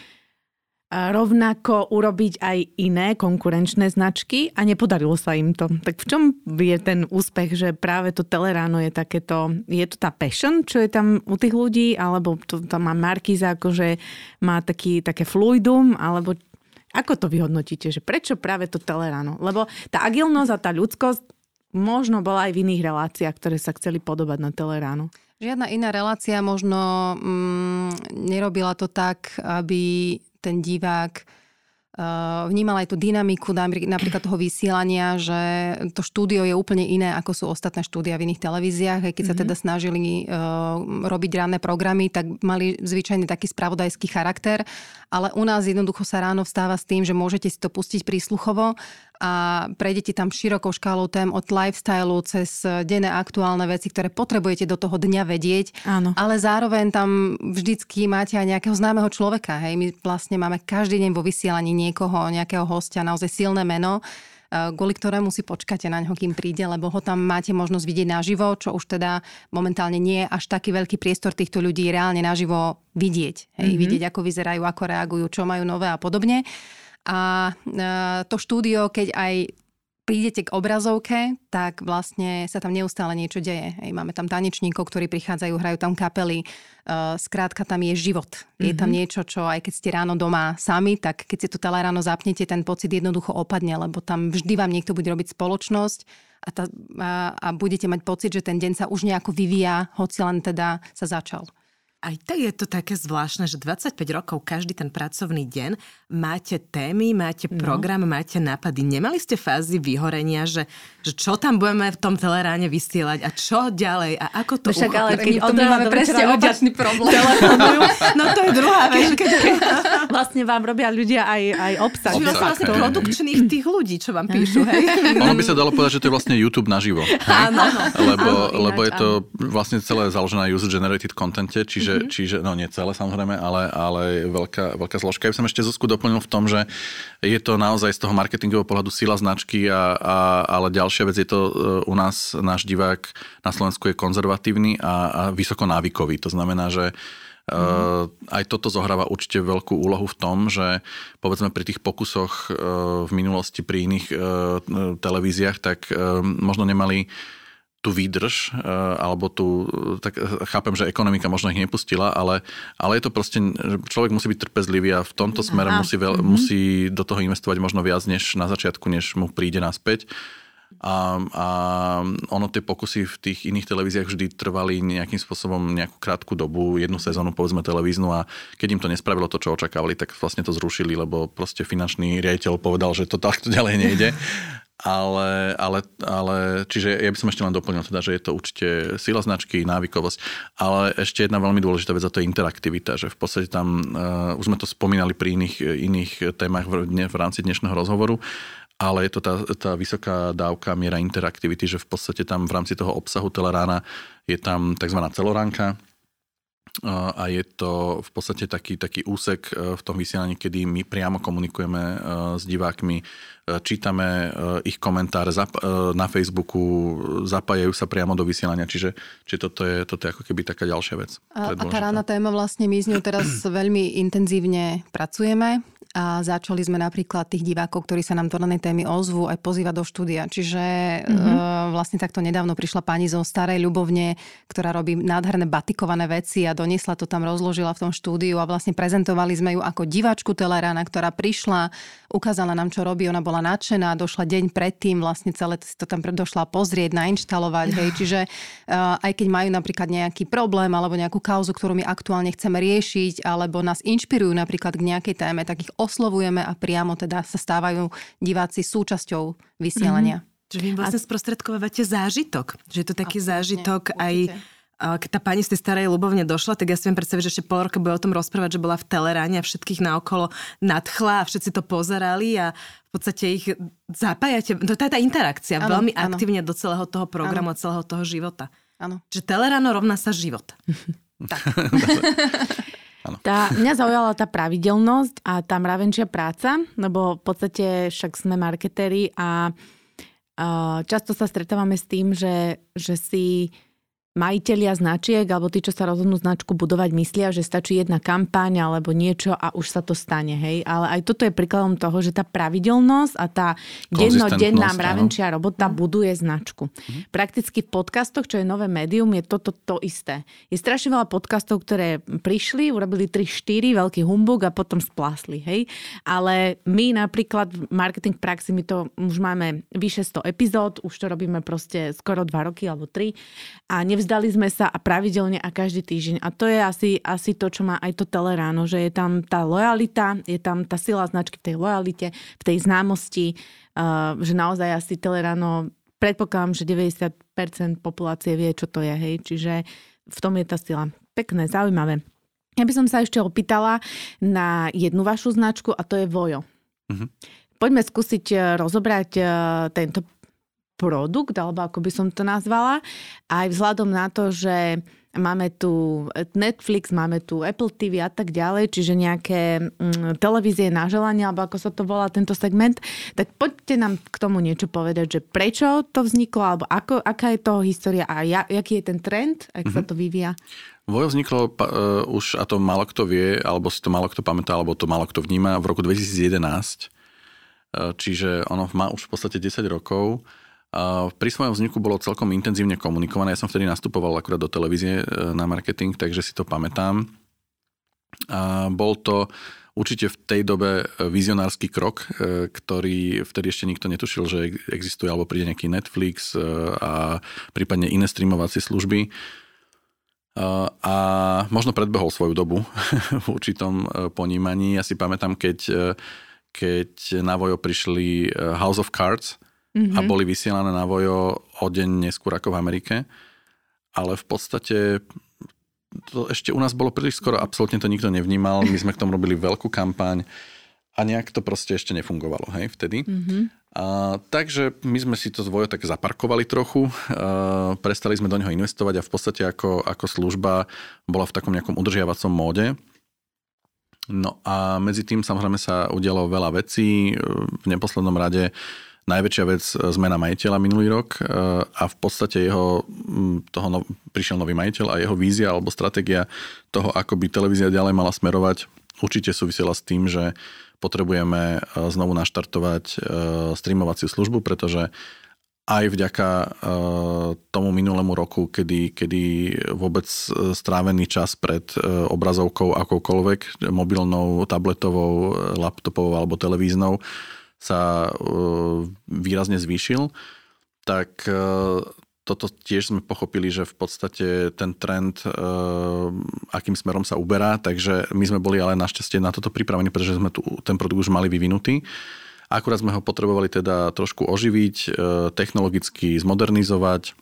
rovnako urobiť aj iné konkurenčné značky a nepodarilo sa im to. Tak v čom je ten úspech, že práve to Teleráno je takéto, je to tá passion, čo je tam u tých ľudí, alebo to tam má Markiza, akože má také fluidum, alebo ako to vyhodnotíte, že prečo práve to Teleráno? Lebo tá agilnosť a tá ľudskosť možno bola aj v iných reláciách, ktoré sa chceli podobať na Teleráno. Žiadna iná relácia možno nerobila to tak, aby ten divák vnímal aj tú dynamiku napríklad toho vysielania, že to štúdio je úplne iné, ako sú ostatné štúdia v iných televíziách. Keď sa teda snažili robiť ranné programy, tak mali zvyčajne taký spravodajský charakter. Ale u nás jednoducho sa ráno vstáva s tým, že môžete si to pustiť prísluchovo a prejdete tam širokou škálou tém od lifestylu cez denné aktuálne veci, ktoré potrebujete do toho dňa vedieť. Áno. Ale zároveň tam vždycky máte aj nejakého známeho človeka. Hej? My vlastne máme každý deň vo vysielaní nejakého hostia, naozaj silné meno, kvôli ktorému si počkáte na ňo, kým príde, lebo ho tam máte možnosť vidieť naživo, čo už teda momentálne nie je až taký veľký priestor týchto ľudí reálne naživo vidieť. Hej? Vidieť, ako vyzerajú, ako reagujú, čo majú nové a podobne. A to štúdio, keď aj prídete k obrazovke, tak vlastne sa tam neustále niečo deje. Hej, máme tam tanečníkov, ktorí prichádzajú, hrajú tam kapely. Skrátka tam je život. Je tam niečo, čo aj keď ste ráno doma sami, tak keď si to Teleráno zapnete, ten pocit jednoducho opadne, lebo tam vždy vám niekto bude robiť spoločnosť a budete mať pocit, že ten deň sa už nejako vyvíja, hoci len teda sa začal. Aj tak je to také zvláštne, že 25 rokov každý ten pracovný deň máte témy, máte program, máte nápady. Nemali ste fázy vyhorenia, že že čo tam budeme v tom teleráne vysielať a čo ďalej a ako to však, ale keď to máme presne opačný problém. No to je druhá vec. Vlastne vám robia ľudia aj obsah. Čiže vlastne produkčných tých ľudí, čo vám píšu, hej? Ono by sa dalo povedať, že to je vlastne YouTube naživo. Áno. Lebo je to vlastne celé založené na user-generated contente, čiže no nie celé samozrejme, ale veľká zložka. Ja by som ešte Zuzku doplnil v tom, že je to naozaj z toho marketingového pohľadu sila značky, ale ďalšia vec je to u nás, náš divák na Slovensku je konzervatívny a vysoko návykový. To znamená, že aj toto zohráva určite veľkú úlohu v tom, že povedzme pri tých pokusoch v minulosti pri iných televíziách, tak možno nemali tú výdrž, alebo tak chápem, že ekonomika možno ich nepustila, ale je to proste, človek musí byť trpezlivý a v tomto smere musí do toho investovať možno viac než na začiatku, než mu príde naspäť. A ono tie pokusy v tých iných televíziách vždy trvali nejakým spôsobom nejakú krátku dobu, jednu sezónu povedzme televíznu a keď im to nespravilo to, čo očakávali, tak vlastne to zrušili, lebo proste finančný riaditeľ povedal, že to takto ďalej nejde. Ale čiže ja by som ešte len doplnil teda, že je to určite sila značky, návykovosť, ale ešte jedna veľmi dôležitá vec a to je interaktivita, že v podstate tam, už sme to spomínali pri iných témach v rámci dnešného rozhovoru, ale je to tá vysoká dávka miera interaktivity, že v podstate tam v rámci toho obsahu telerána je tam tzv. Celoránka a je to v podstate taký úsek v tom vysielaní, kedy my priamo komunikujeme s divákmi, čítame ich komentáre na Facebooku, zapájajú sa priamo do vysielania, čiže toto je ako keby taká ďalšia vec. A tá rána téma vlastne my s ňou teraz veľmi intenzívne pracujeme a začali sme napríklad tých divákov, ktorí sa nám do danej témy ozvú, aj pozývať do štúdia. Čiže vlastne takto nedávno prišla pani zo Starej Ľubovne, ktorá robí nádherné batikované veci a doniesla to tam, rozložila v tom štúdiu a vlastne prezentovali sme ju ako diváčku telerána, ktorá prišla, ukázala nám, čo robí, ona bola nadšená, došla deň predtým, vlastne celé to tam došla pozrieť, nainštalovať, hej, čiže aj keď majú napríklad nejaký problém alebo nejakú kauzu, ktorú my aktuálne chceme riešiť, alebo nás inšpirujú napríklad k nejakej téme, tak ich oslovujeme a priamo teda sa stávajú diváci súčasťou vysielania. Že vy vlastne sprostredkovávate zážitok, že je to taký zážitok aj... Keď tá pani z tej Starej Ľubovne došla, tak ja si viem predstaviť, že ešte pol roka bude o tom rozprávať, že bola v teleráne a všetkých naokolo nadchla a všetci to pozerali a v podstate ich zapájate. To je tá interakcia veľmi aktívne do celého toho programu a celého toho života. Áno. Že teleráno rovná sa život. Tak. Mňa zaujala tá pravidelnosť a tá mravenčia práca, lebo v podstate však sme marketéri a často sa stretávame s tým, že si majitelia značiek alebo tí, čo sa rozhodnú značku budovať, myslia, že stačí jedna kampaň alebo niečo a už sa to stane, hej. Ale aj toto je príkladom toho, že tá pravidelnosť a tá dennodenná mravenčia robota buduje značku. Prakticky v podcastoch, čo je nové médium, je toto to isté. Je strašne veľa podcastov, ktoré prišli, urobili 3-4, veľký humbug a potom splásli, hej. Ale my napríklad v Marketing v praxi, my to už máme vyše 100 epizód, už to robíme proste skoro 2 roky alebo 3 a nevzdali sme sa a pravidelne a každý týždeň. A to je asi to, čo má aj to teleráno, že je tam tá lojalita, je tam tá sila značky v tej lojalite, v tej známosti, že naozaj asi teleráno, predpokladám, že 90% populácie vie, čo to je, hej. Čiže v tom je tá sila. Pekné, zaujímavé. Ja by som sa ešte opýtala na jednu vašu značku a to je Vojo. Poďme skúsiť rozobrať tento produkt, alebo ako by som to nazvala, aj vzhľadom na to, že máme tu Netflix, máme tu Apple TV a tak ďalej, čiže nejaké televízie na želanie, alebo ako sa to volá tento segment, tak poďte nám k tomu niečo povedať, že prečo to vzniklo, alebo aká je toho história a aký je ten trend, ak sa to vyvíja? Vojo vzniklo už, a to málo kto vie, alebo si to málo kto pamätá, alebo to málo kto vníma, v roku 2011, čiže ono má už v podstate 10 rokov. Pri svojom vzniku bolo celkom intenzívne komunikované. Ja som vtedy nastupoval akurát do televízie na marketing, takže si to pamätám. A bol to určite v tej dobe vizionársky krok, ktorý vtedy ešte nikto netušil, že existuje alebo príde nejaký Netflix a prípadne iné streamovacie služby. A možno predbehol svoju dobu v určitom ponímaní. Ja si pamätám, keď na Vojo prišli House of Cards, a boli vysielané na Vojo o deň neskôr ako v Amerike. Ale v podstate to ešte u nás bolo príliš skoro, absolútne to nikto nevnímal. My sme k tomu robili veľkú kampaň a nejak to proste ešte nefungovalo, hej, vtedy. Takže my sme si to Vojo tak zaparkovali trochu, prestali sme do neho investovať a v podstate ako služba bola v takom nejakom udržiavacom móde. No a medzi tým samozrejme sa udialo veľa vecí. V neposlednom rade najväčšia vec zmena majiteľa minulý rok a v podstate prišiel nový majiteľ a jeho vízia alebo stratégia toho, ako by televízia ďalej mala smerovať, určite súvisela s tým, že potrebujeme znovu naštartovať streamovaciu službu, pretože aj vďaka tomu minulému roku, kedy vôbec strávený čas pred obrazovkou akoukoľvek, mobilnou, tabletovou, laptopovou alebo televíznou, sa výrazne zvýšil, tak toto tiež sme pochopili, že v podstate ten trend, akým smerom sa uberá, takže my sme boli ale našťastie na toto pripravení, pretože sme ten produkt už mali vyvinutý. Akurát sme ho potrebovali teda trošku oživiť, technologicky zmodernizovať,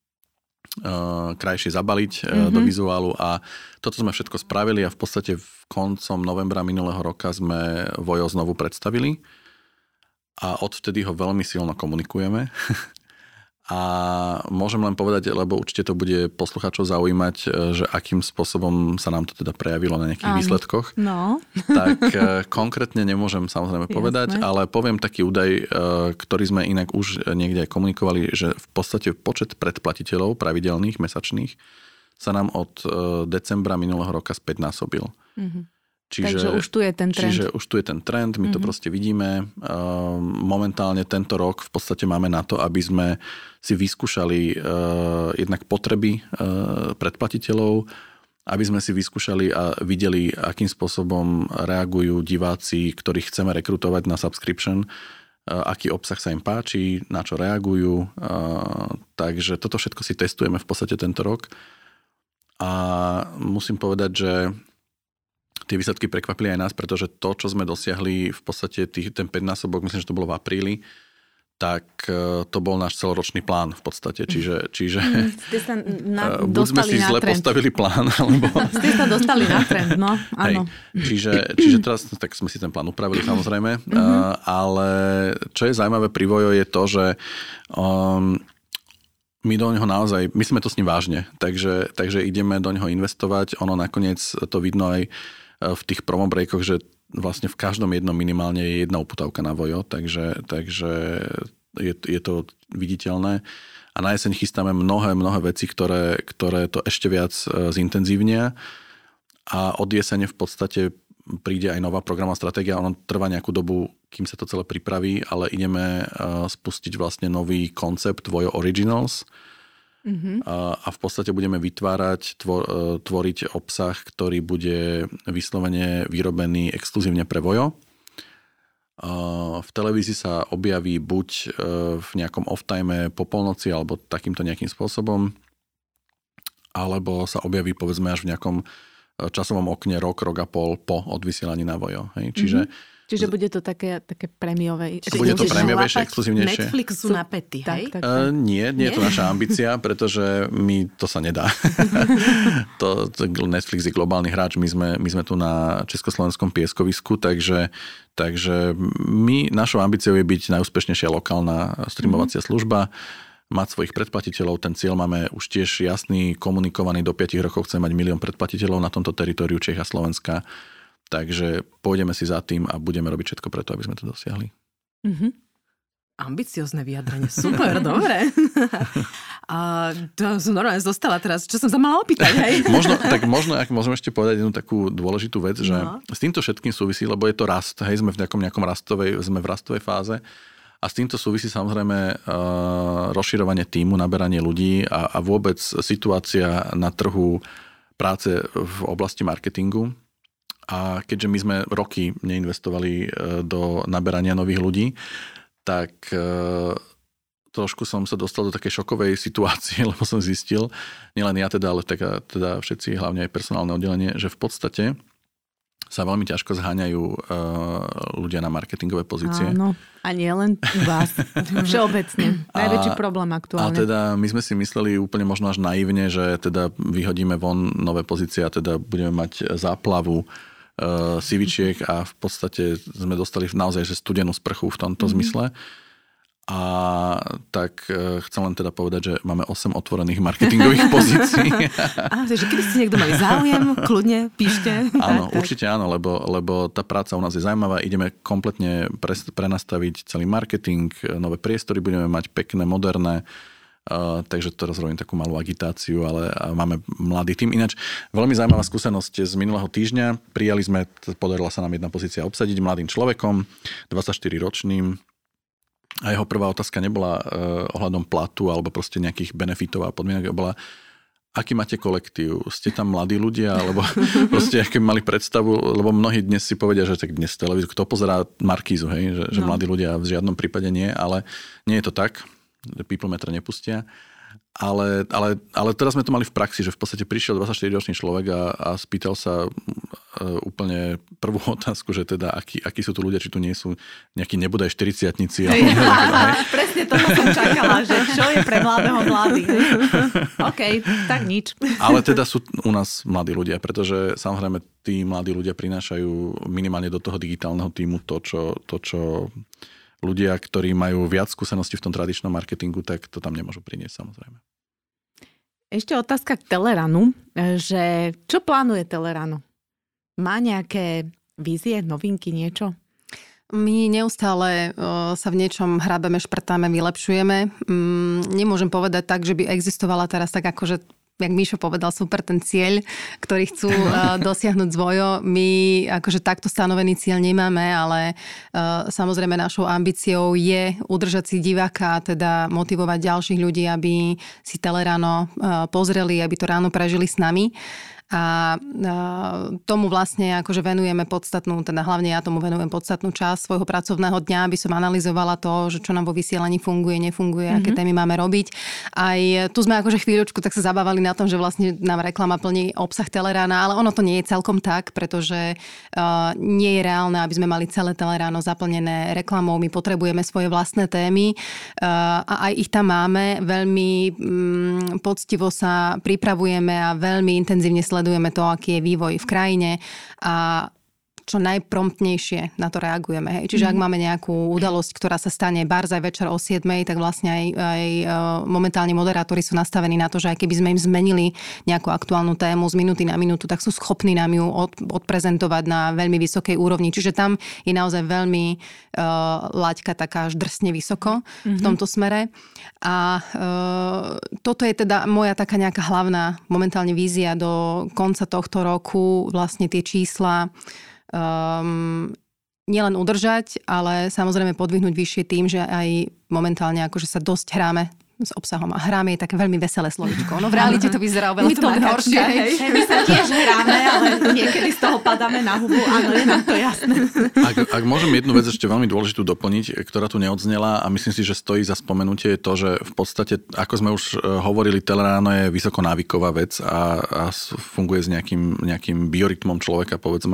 krajšie zabaliť do vizuálu a toto sme všetko spravili a v podstate koncom novembra minulého roka sme Vojo znovu predstavili. A odvtedy ho veľmi silno komunikujeme. A môžem len povedať, lebo určite to bude poslucháčov zaujímať, že akým spôsobom sa nám to teda prejavilo na nejakých výsledkoch. No. Tak konkrétne nemôžem samozrejme povedať, ale poviem taký údaj, ktorý sme inak už niekde aj komunikovali, že v podstate počet predplatiteľov pravidelných, mesačných sa nám od decembra minulého roka späťnásobil. Takže už tu je ten trend. Čiže už tu je ten trend, my to proste vidíme. Momentálne tento rok v podstate máme na to, aby sme si vyskúšali jednak potreby predplatiteľov, aby sme si vyskúšali a videli, akým spôsobom reagujú diváci, ktorých chceme rekrutovať na subscription, aký obsah sa im páči, na čo reagujú. Takže toto všetko si testujeme v podstate tento rok. A musím povedať, že tie výsledky prekvapili aj nás, pretože to, čo sme dosiahli, v podstate ten 5-násobok, myslím, že to bolo v apríli, tak to bol náš celoročný plán v podstate. Čiže buď sme si zle postavili plán, alebo... Ste sa dostali na trend, no. Áno. Čiže teraz tak sme si ten plán upravili samozrejme, ale čo je zaujímavé pri Vojo je to, že my do neho naozaj, myslíme to s ním vážne, takže ideme do neho investovať. Ono nakoniec to vidno aj v tých promo breakoch, že vlastne v každom jednom minimálne je jedna uputavka na Vojo, takže je to viditeľné. A na jeseň chystáme mnohé veci, ktoré to ešte viac zintenzívnia. A od jesene v podstate príde aj nová programová stratégia. Ono trvá nejakú dobu, kým sa to celé pripraví, ale ideme spustiť vlastne nový koncept Vojo Originals. A v podstate budeme vytvárať, tvoriť obsah, ktorý bude vyslovene vyrobený exkluzívne pre Vojo. V televízii sa objaví buď v nejakom off-time po polnoci alebo takýmto nejakým spôsobom, alebo sa objaví povedzme až v nejakom časovom okne rok a pol po odvysielaní na Vojo. Hej? Čiže bude to také prémiové. Bude to prémiovejšie, exkluzívnejšie. Netflixu na pety, hej? Nie je to naša ambícia, pretože to sa nedá. Netflix je globálny hráč, my sme tu na československom pieskovisku, takže našou ambíciou je byť najúspešnejšia lokálna streamovacia služba, mať svojich predplatiteľov. Ten cieľ máme už tiež jasný, komunikovaný, do 5 rokov chceme mať 1 000 000 predplatiteľov na tomto teritóriu Čech a Slovenska. Takže pôjdeme si za tým a budeme robiť všetko preto, aby sme to dosiahli. Ambiciozne vyjadrenie. Super, dobre. A to som normálne zostala teraz. Čo som sa mala opýtať, hej? Možno, ak môžem ešte povedať jednu takú dôležitú vec, že s týmto všetkým súvisí, lebo je to rast. Hej, sme v nejakom rastovej fáze. A s týmto súvisí samozrejme rozširovanie tímu, naberanie ľudí a vôbec situácia na trhu práce v oblasti marketingu. A keďže my sme roky neinvestovali do naberania nových ľudí, tak trošku som sa dostal do takej šokovej situácie, lebo som zistil, nielen ja teda, ale teda všetci, hlavne aj personálne oddelenie, že v podstate sa veľmi ťažko zháňajú ľudia na marketingové pozície. Áno, a nie len u vás. Všeobecne. Najväčší problém aktuálne. A teda my sme si mysleli úplne možno až naivne, že teda vyhodíme von nové pozície a teda budeme mať záplavu CVčiek a v podstate sme dostali naozaj že studenú sprchu v tomto zmysle. A tak chcem len teda povedať, že máme 8 otvorených marketingových pozícií. Takže keby ste niekto mali záujem, kľudne píšte. Áno, určite áno, lebo tá práca u nás je zaujímavá. Ideme kompletne prenastaviť celý marketing, nové priestory budeme mať pekné, moderné. Takže teraz robím takú malú agitáciu, ale máme mladý tým. Ináč, veľmi zaujímavá skúsenosť z minulého týždňa. Prijali sme, podarila sa nám jedna pozícia obsadiť mladým človekom, 24-ročným. A jeho prvá otázka nebola ohľadom platu alebo proste nejakých benefitov a podmienok, bola, aký máte kolektív? Ste tam mladí ľudia? Alebo proste, aké mali predstavu, lebo mnohí dnes si povedia, že tak dnes televíziu, kto pozerá Markízu, hej? Že mladí ľudia v žiadnom prípade nie, ale nie je to tak. People meter nepustia. Ale teraz sme to mali v praxi, že v podstate prišiel 24-ročný človek a spýtal sa úplne prvú otázku, že teda akí sú tu ľudia, či tu nie sú nejakí nebodaj 40-tnici. Presne toto som čakala, že čo je pre mladého mladý. OK, tak nič. Ale teda sú u nás mladí ľudia, pretože samozrejme tí mladí ľudia prinášajú minimálne do toho digitálneho tímu to, čo ľudia, ktorí majú viac skúseností v tom tradičnom marketingu, tak to tam nemôžu priniesť, samozrejme. Ešte otázka k Teleranu, že čo plánuje Telerano? Má nejaké vízie, novinky, niečo? My neustále sa v niečom hrabeme, šprtáme, vylepšujeme. Nemôžem povedať tak, že by existovala teraz tak akože jak Míšo povedal, super ten cieľ, ktorý chcú dosiahnuť Zvojo. My akože takto stanovený cieľ nemáme, ale samozrejme našou ambíciou je udržať si diváka, teda motivovať ďalších ľudí, aby si Teleráno pozreli, aby to ráno prežili s nami. A tomu vlastne akože venujeme podstatnú, teda hlavne ja tomu venujem podstatnú časť svojho pracovného dňa, aby som analyzovala to, že čo nám vo vysielaní funguje, nefunguje, aké témy máme robiť. Aj tu sme akože chvíľočku tak sa zabávali na tom, že vlastne nám reklama plní obsah Telerána, ale ono to nie je celkom tak, pretože nie je reálne, aby sme mali celé Teleráno zaplnené reklamou. My potrebujeme svoje vlastné témy a aj ich tam máme. Veľmi poctivo sa pripravujeme a veľmi intenzívne sledujeme to, aký je vývoj v krajine a čo najpromptnejšie na to reagujeme. Hej. Čiže ak máme nejakú udalosť, ktorá sa stane barzaj večer o 7, tak vlastne aj momentálne moderátori sú nastavení na to, že aj keby sme im zmenili nejakú aktuálnu tému z minúty na minútu, tak sú schopní nám ju odprezentovať na veľmi vysokej úrovni. Čiže tam je naozaj veľmi laťka taká až drsne vysoko v tomto smere. A toto je teda moja taká nejaká hlavná momentálne vízia do konca tohto roku. Vlastne tie čísla nielen udržať, ale samozrejme podvihnúť vyššie tým, že aj momentálne akože sa dosť hráme s obsahom. A hráme je také veľmi veselé slovíčko. No v realite to vyzerá oveľa horšie. My sa tiež hráme, ale niekedy z toho padáme na hubu. Áno, je nám to jasné. Ak môžem jednu vec ešte veľmi dôležitú doplniť, ktorá tu neodznela a myslím si, že stojí za spomenutie, je to, že v podstate, ako sme už hovorili, Teleráno je vysoko návyková vec a funguje s nejakým biorytmom človeka, povedzme.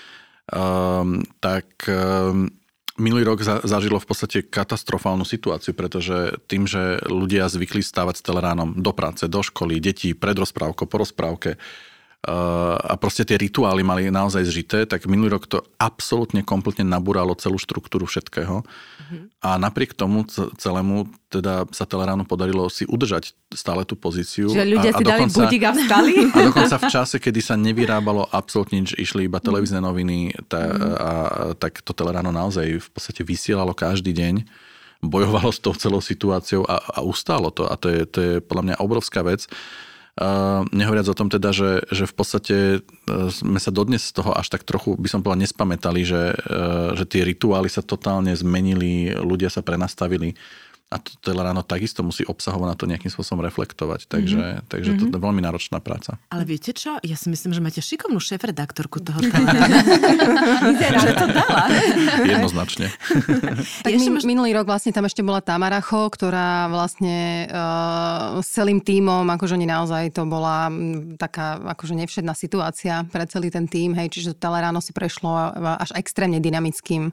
Minulý rok zažilo v podstate katastrofálnu situáciu, pretože tým, že ľudia zvykli stávať s Teleránom do práce, do školy, detí, pred rozprávkou, po rozprávke a proste tie rituály mali naozaj zžité, tak minulý rok to absolútne kompletne nabúralo celú štruktúru všetkého. A napriek tomu celému teda sa Teleránu podarilo si udržať stále tú pozíciu. Že ľudia si dali budík a vstali? A dokonca v čase, kedy sa nevyrábalo absolútne nič, išli iba televízne noviny, tak to Teleráno naozaj v podstate vysielalo každý deň, bojovalo s tou celou situáciou a ustálo to. A to je podľa mňa obrovská vec. Nehovoriac o tom teda, že v podstate sme sa dodnes z toho až tak trochu, by som povedal, nespamätali, že tie rituály sa totálne zmenili, ľudia sa prenastavili. A to Teleráno takisto musí obsahovo na to nejakým spôsobom reflektovať. Takže to je veľmi náročná práca. Ale viete čo? Ja si myslím, že máte šikovnú šéfredaktorku toho Telerána. Vyzerá, že to dala. Jednoznačne. Tak minulý rok vlastne tam ešte bola Tamara Cho, ktorá vlastne s celým tímom, akože naozaj to bola taká akože nevšedná situácia pre celý ten tím, hej, čiže Teleráno si prešlo až extrémne dynamickým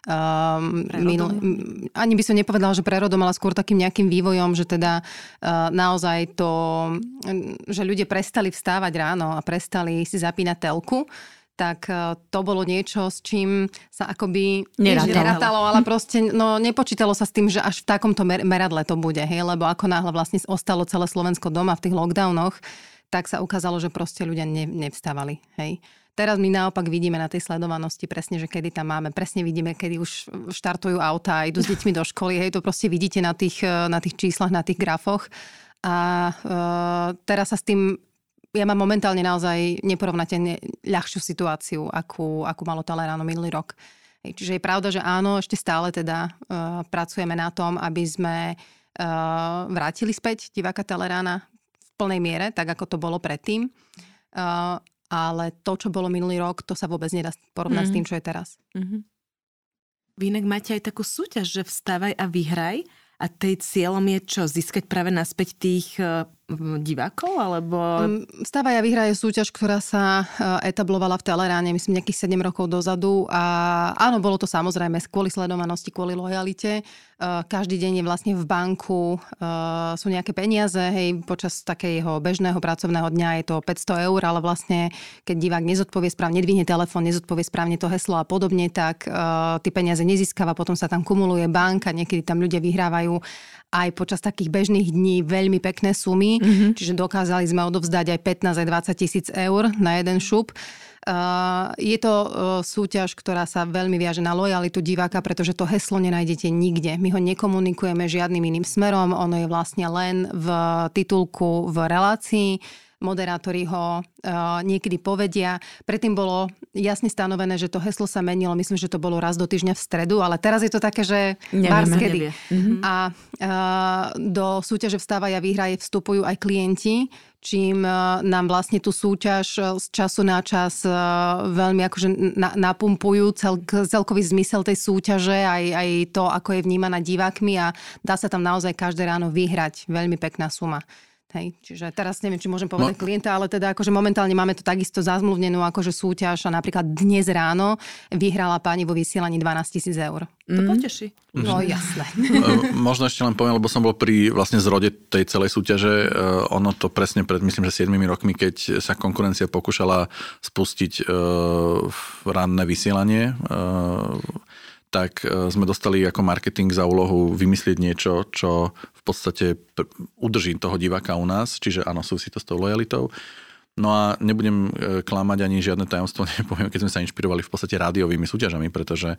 ani by som nepovedala, že prerodom, ale skôr takým nejakým vývojom, že teda naozaj to, že ľudia prestali vstávať ráno a prestali si zapínať telku, tak to bolo niečo, s čím sa akoby nerátalo, ale proste nepočítalo sa s tým, že až v takomto meradle to bude, hej, lebo ako náhle vlastne ostalo celé Slovensko doma v tých lockdownoch, tak sa ukázalo, že proste ľudia nevstávali, hej. Teraz my naopak vidíme na tej sledovanosti presne, že kedy tam máme. Presne vidíme, kedy už štartujú auta, idú s deťmi do školy. Hej, to proste vidíte na tých číslach, na tých grafoch. A teraz sa s tým... Ja mám momentálne naozaj neporovnateľne ľahšiu situáciu, akú malo Teleráno minulý rok. Hej, čiže je pravda, že áno, ešte stále teda pracujeme na tom, aby sme vrátili späť diváka Telerána v plnej miere, tak ako to bolo predtým. Ale to, čo bolo minulý rok, to sa vôbec nedá porovnať s tým, čo je teraz. Vy inak máte aj takú súťaž, že vstávaj a vyhraj. A tej cieľom je čo? Získať práve naspäť tých divákov? Alebo... Vstávaj a vyhraj je súťaž, ktorá sa etablovala v Teleráne, myslím, nejakých 7 rokov dozadu. A áno, bolo to samozrejme kvôli sledovanosti, kvôli lojalite. Každý deň je vlastne v banku, sú nejaké peniaze, hej, počas takého bežného pracovného dňa je to 500 eur, ale vlastne, keď divák nezodpovie správne, nedvihne telefón, nezodpovie správne to heslo a podobne, tak tie peniaze nezískava, potom sa tam kumuluje banka, niekedy tam ľudia vyhrávajú aj počas takých bežných dní veľmi pekné sumy, čiže dokázali sme odovzdať aj 15 aj 20 tisíc eur na jeden šup. Je to súťaž, ktorá sa veľmi viaže na lojalitu diváka, pretože to heslo nenájdete nikde. My ho nekomunikujeme žiadnym iným smerom, ono je vlastne len v titulku v relácii. Moderátori ho niekedy povedia. Predtým bolo jasne stanovené, že to heslo sa menilo. Myslím, že to bolo raz do týždňa v stredu, ale teraz je to také, že barskedy. A do súťaže Vstávaj a vyhraj vstupujú aj klienti, čím nám vlastne tú súťaž z času na čas veľmi akože napumpujú celkový zmysel tej súťaže, aj to, ako je vnímaná divákmi a dá sa tam naozaj každé ráno vyhrať. Veľmi pekná suma. Hej, čiže teraz neviem, či môžem povedať klienta, ale teda akože momentálne máme to takisto zazmluvnenú akože súťaž a napríklad dnes ráno vyhrala pani vo vysielaní 12 000 eur. To poteší. No jasné. Možno ešte len poviem, lebo som bol pri vlastne zrode tej celej súťaže. Ono to presne pred, myslím, že 7 rokmi, keď sa konkurencia pokúšala spustiť ranné vysielanie, tak sme dostali ako marketing za úlohu vymyslieť niečo, čo v podstate udrží toho diváka u nás, čiže áno, súvisí to s tou lojalitou. No a nebudem klamať ani žiadne tajomstvo, nepoviem, keď sme sa inšpirovali v podstate rádiovými súťažami, pretože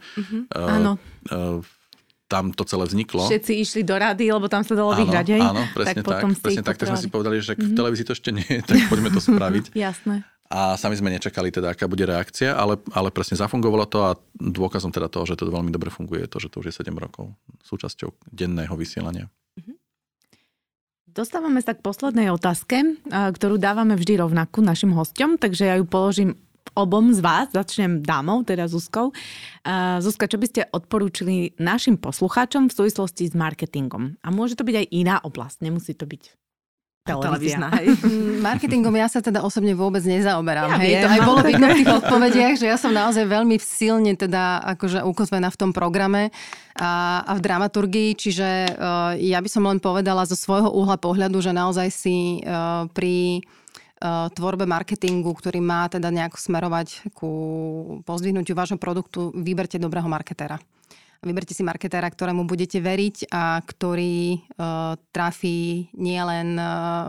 tam to celé vzniklo. Všetci išli do rády, lebo tam sa dalo vyhrať, hej? Áno, presne tak. Tak sme si povedali, že v televízii to ešte nie je, tak poďme to spraviť. Jasné. A sami sme nečakali teda, aká bude reakcia, ale presne zafungovalo to a dôkazom teda toho, že to veľmi dobre funguje, je to, že to už je 7 rokov súčasťou denného vysielania. Dostávame sa k poslednej otázke, ktorú dávame vždy rovnakú našim hosťom, takže ja ju položím obom z vás. Začnem dámou, teda Zuzkou. Zuzka, čo by ste odporúčili našim poslucháčom v súvislosti s marketingom? A môže to byť aj iná oblasť, nemusí to byť televízia. Marketingom ja sa teda osobne vôbec nezaoberám. Ja hej, to aj bolo vidno v tých odpovediach, že ja som naozaj veľmi silne teda akože ukotvená v tom programe a v dramaturgii, čiže ja by som len povedala zo svojho uhla pohľadu, že naozaj si pri tvorbe marketingu, ktorý má teda nejako smerovať ku pozdvihnutiu vášho produktu, vyberte dobrého marketéra. Vyberte si marketéra, ktorému budete veriť a ktorý trafí nielen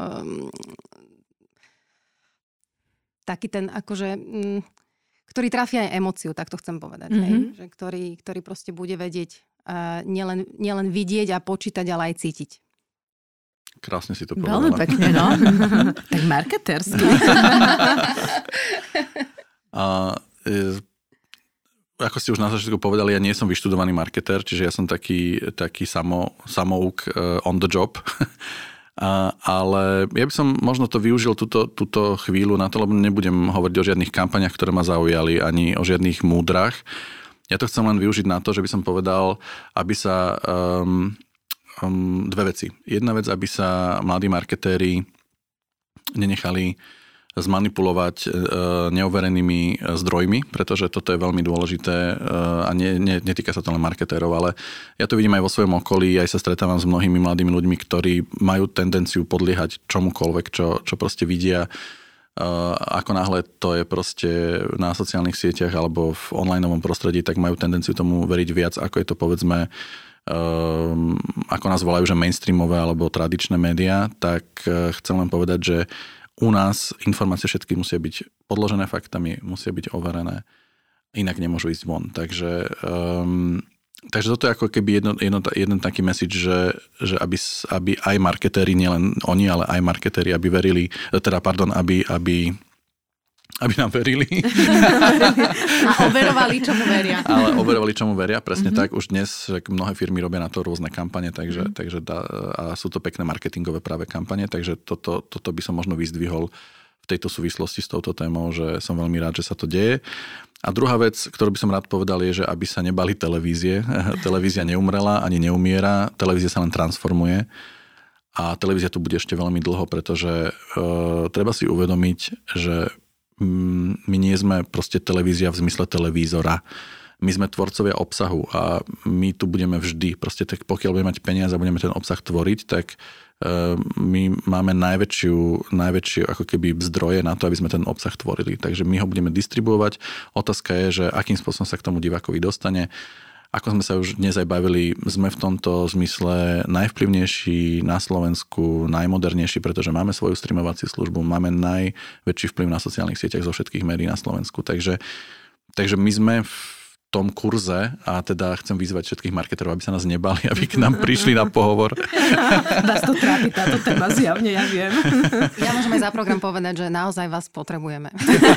taký ten akože, ktorý trafí aj emóciu, tak to chcem povedať. Hej? Že ktorý proste bude vedieť nielen vidieť a počítať, ale aj cítiť. Krásne si to povedala. Veľmi pekne, no. Tak marketérsky. ako ste už na začiatku povedali, ja nie som vyštudovaný marketér, čiže ja som taký samouk on the job. Ale ja by som možno to využil túto chvíľu na to, lebo nebudem hovoriť o žiadnych kampaniach, ktoré ma zaujali, ani o žiadnych múdrach. Ja to chcem len využiť na to, že by som povedal, aby sa dve veci. Jedna vec, aby sa mladí marketéri nenechali zmanipulovať neoverenými zdrojmi, pretože toto je veľmi dôležité a netýka sa to len marketérov, ale ja to vidím aj vo svojom okolí, aj sa stretávam s mnohými mladými ľuďmi, ktorí majú tendenciu podliehať čomukoľvek, čo proste vidia. Ako náhle to je proste na sociálnych sieťach alebo v onlineovom prostredí, tak majú tendenciu tomu veriť viac, ako je to povedzme ako nás volajú, že mainstreamové alebo tradičné médiá, tak chcem len povedať, že u nás informácie všetky musia byť podložené faktami, musia byť overené, inak nemôžu ísť von. Takže toto je ako keby jeden taký message, že aby aj marketéri, nielen oni, ale aj marketéri, aby verili, aby nám verili. A overovali, čomu veria. Ale overovali, čomu veria, presne tak. Už dnes mnohé firmy robia na to rôzne kampane, takže a sú to pekné marketingové práve kampane, takže toto by som možno vyzdvihol v tejto súvislosti s touto témou, že som veľmi rád, že sa to deje. A druhá vec, ktorú by som rád povedal, je, že aby sa nebali televízie. Televízia neumrela, ani neumiera, televízia sa len transformuje. A televízia tu bude ešte veľmi dlho, pretože treba si uvedomiť, že my nie sme proste televízia v zmysle televízora. My sme tvorcovia obsahu a my tu budeme vždy. Proste tak, pokiaľ budeme mať peniaze a budeme ten obsah tvoriť, tak my máme najväčšie ako keby zdroje na to, aby sme ten obsah tvorili. Takže my ho budeme distribuovať. Otázka je, že akým spôsobom sa k tomu divákovi dostane. Ako sme sa už dnes aj bavili, sme v tomto zmysle najvplyvnejší na Slovensku, najmodernejší, pretože máme svoju streamovaciu službu, máme najväčší vplyv na sociálnych sieťach zo všetkých médií na Slovensku. Takže my sme v tom kurze a teda chcem vyzvať všetkých marketerov, aby sa nás nebali, aby k nám prišli na pohovor. Vás to trápi táto téma zjavne, ja viem. Ja môžem aj za program povedať, že naozaj vás potrebujeme.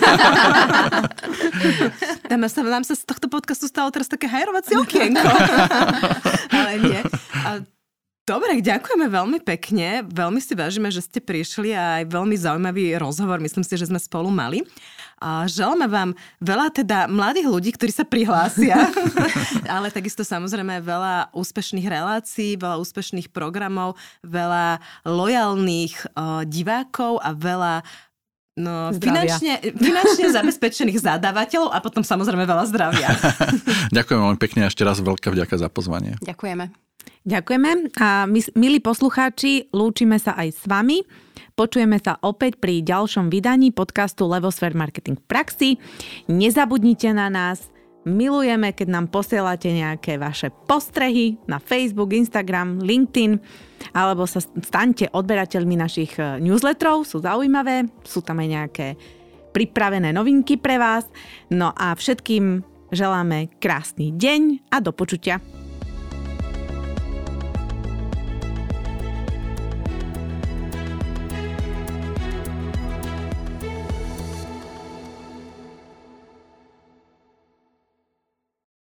Nám sa z tohto podcastu stalo teraz také hajrovacie okienko. Ale nie. Dobre, ďakujeme veľmi pekne. Veľmi si vážime, že ste prišli a aj veľmi zaujímavý rozhovor. Myslím si, že sme spolu mali. A želáme vám veľa teda mladých ľudí, ktorí sa prihlásia, ale takisto samozrejme veľa úspešných relácií, veľa úspešných programov, veľa lojálnych divákov a veľa finančne zabezpečených zadávateľov a potom samozrejme veľa zdravia. Ďakujem veľmi pekne a ešte raz veľká vďaka za pozvanie. Ďakujeme. Ďakujeme a my, milí poslucháči, lúčime sa aj s vami. Počujeme sa opäť pri ďalšom vydaní podcastu Levosfér Marketing v praxi. Nezabudnite na nás, milujeme, keď nám posielate nejaké vaše postrehy na Facebook, Instagram, LinkedIn, alebo sa staňte odberateľmi našich newsletterov, sú zaujímavé, sú tam aj nejaké pripravené novinky pre vás. No a všetkým želáme krásny deň a do počutia.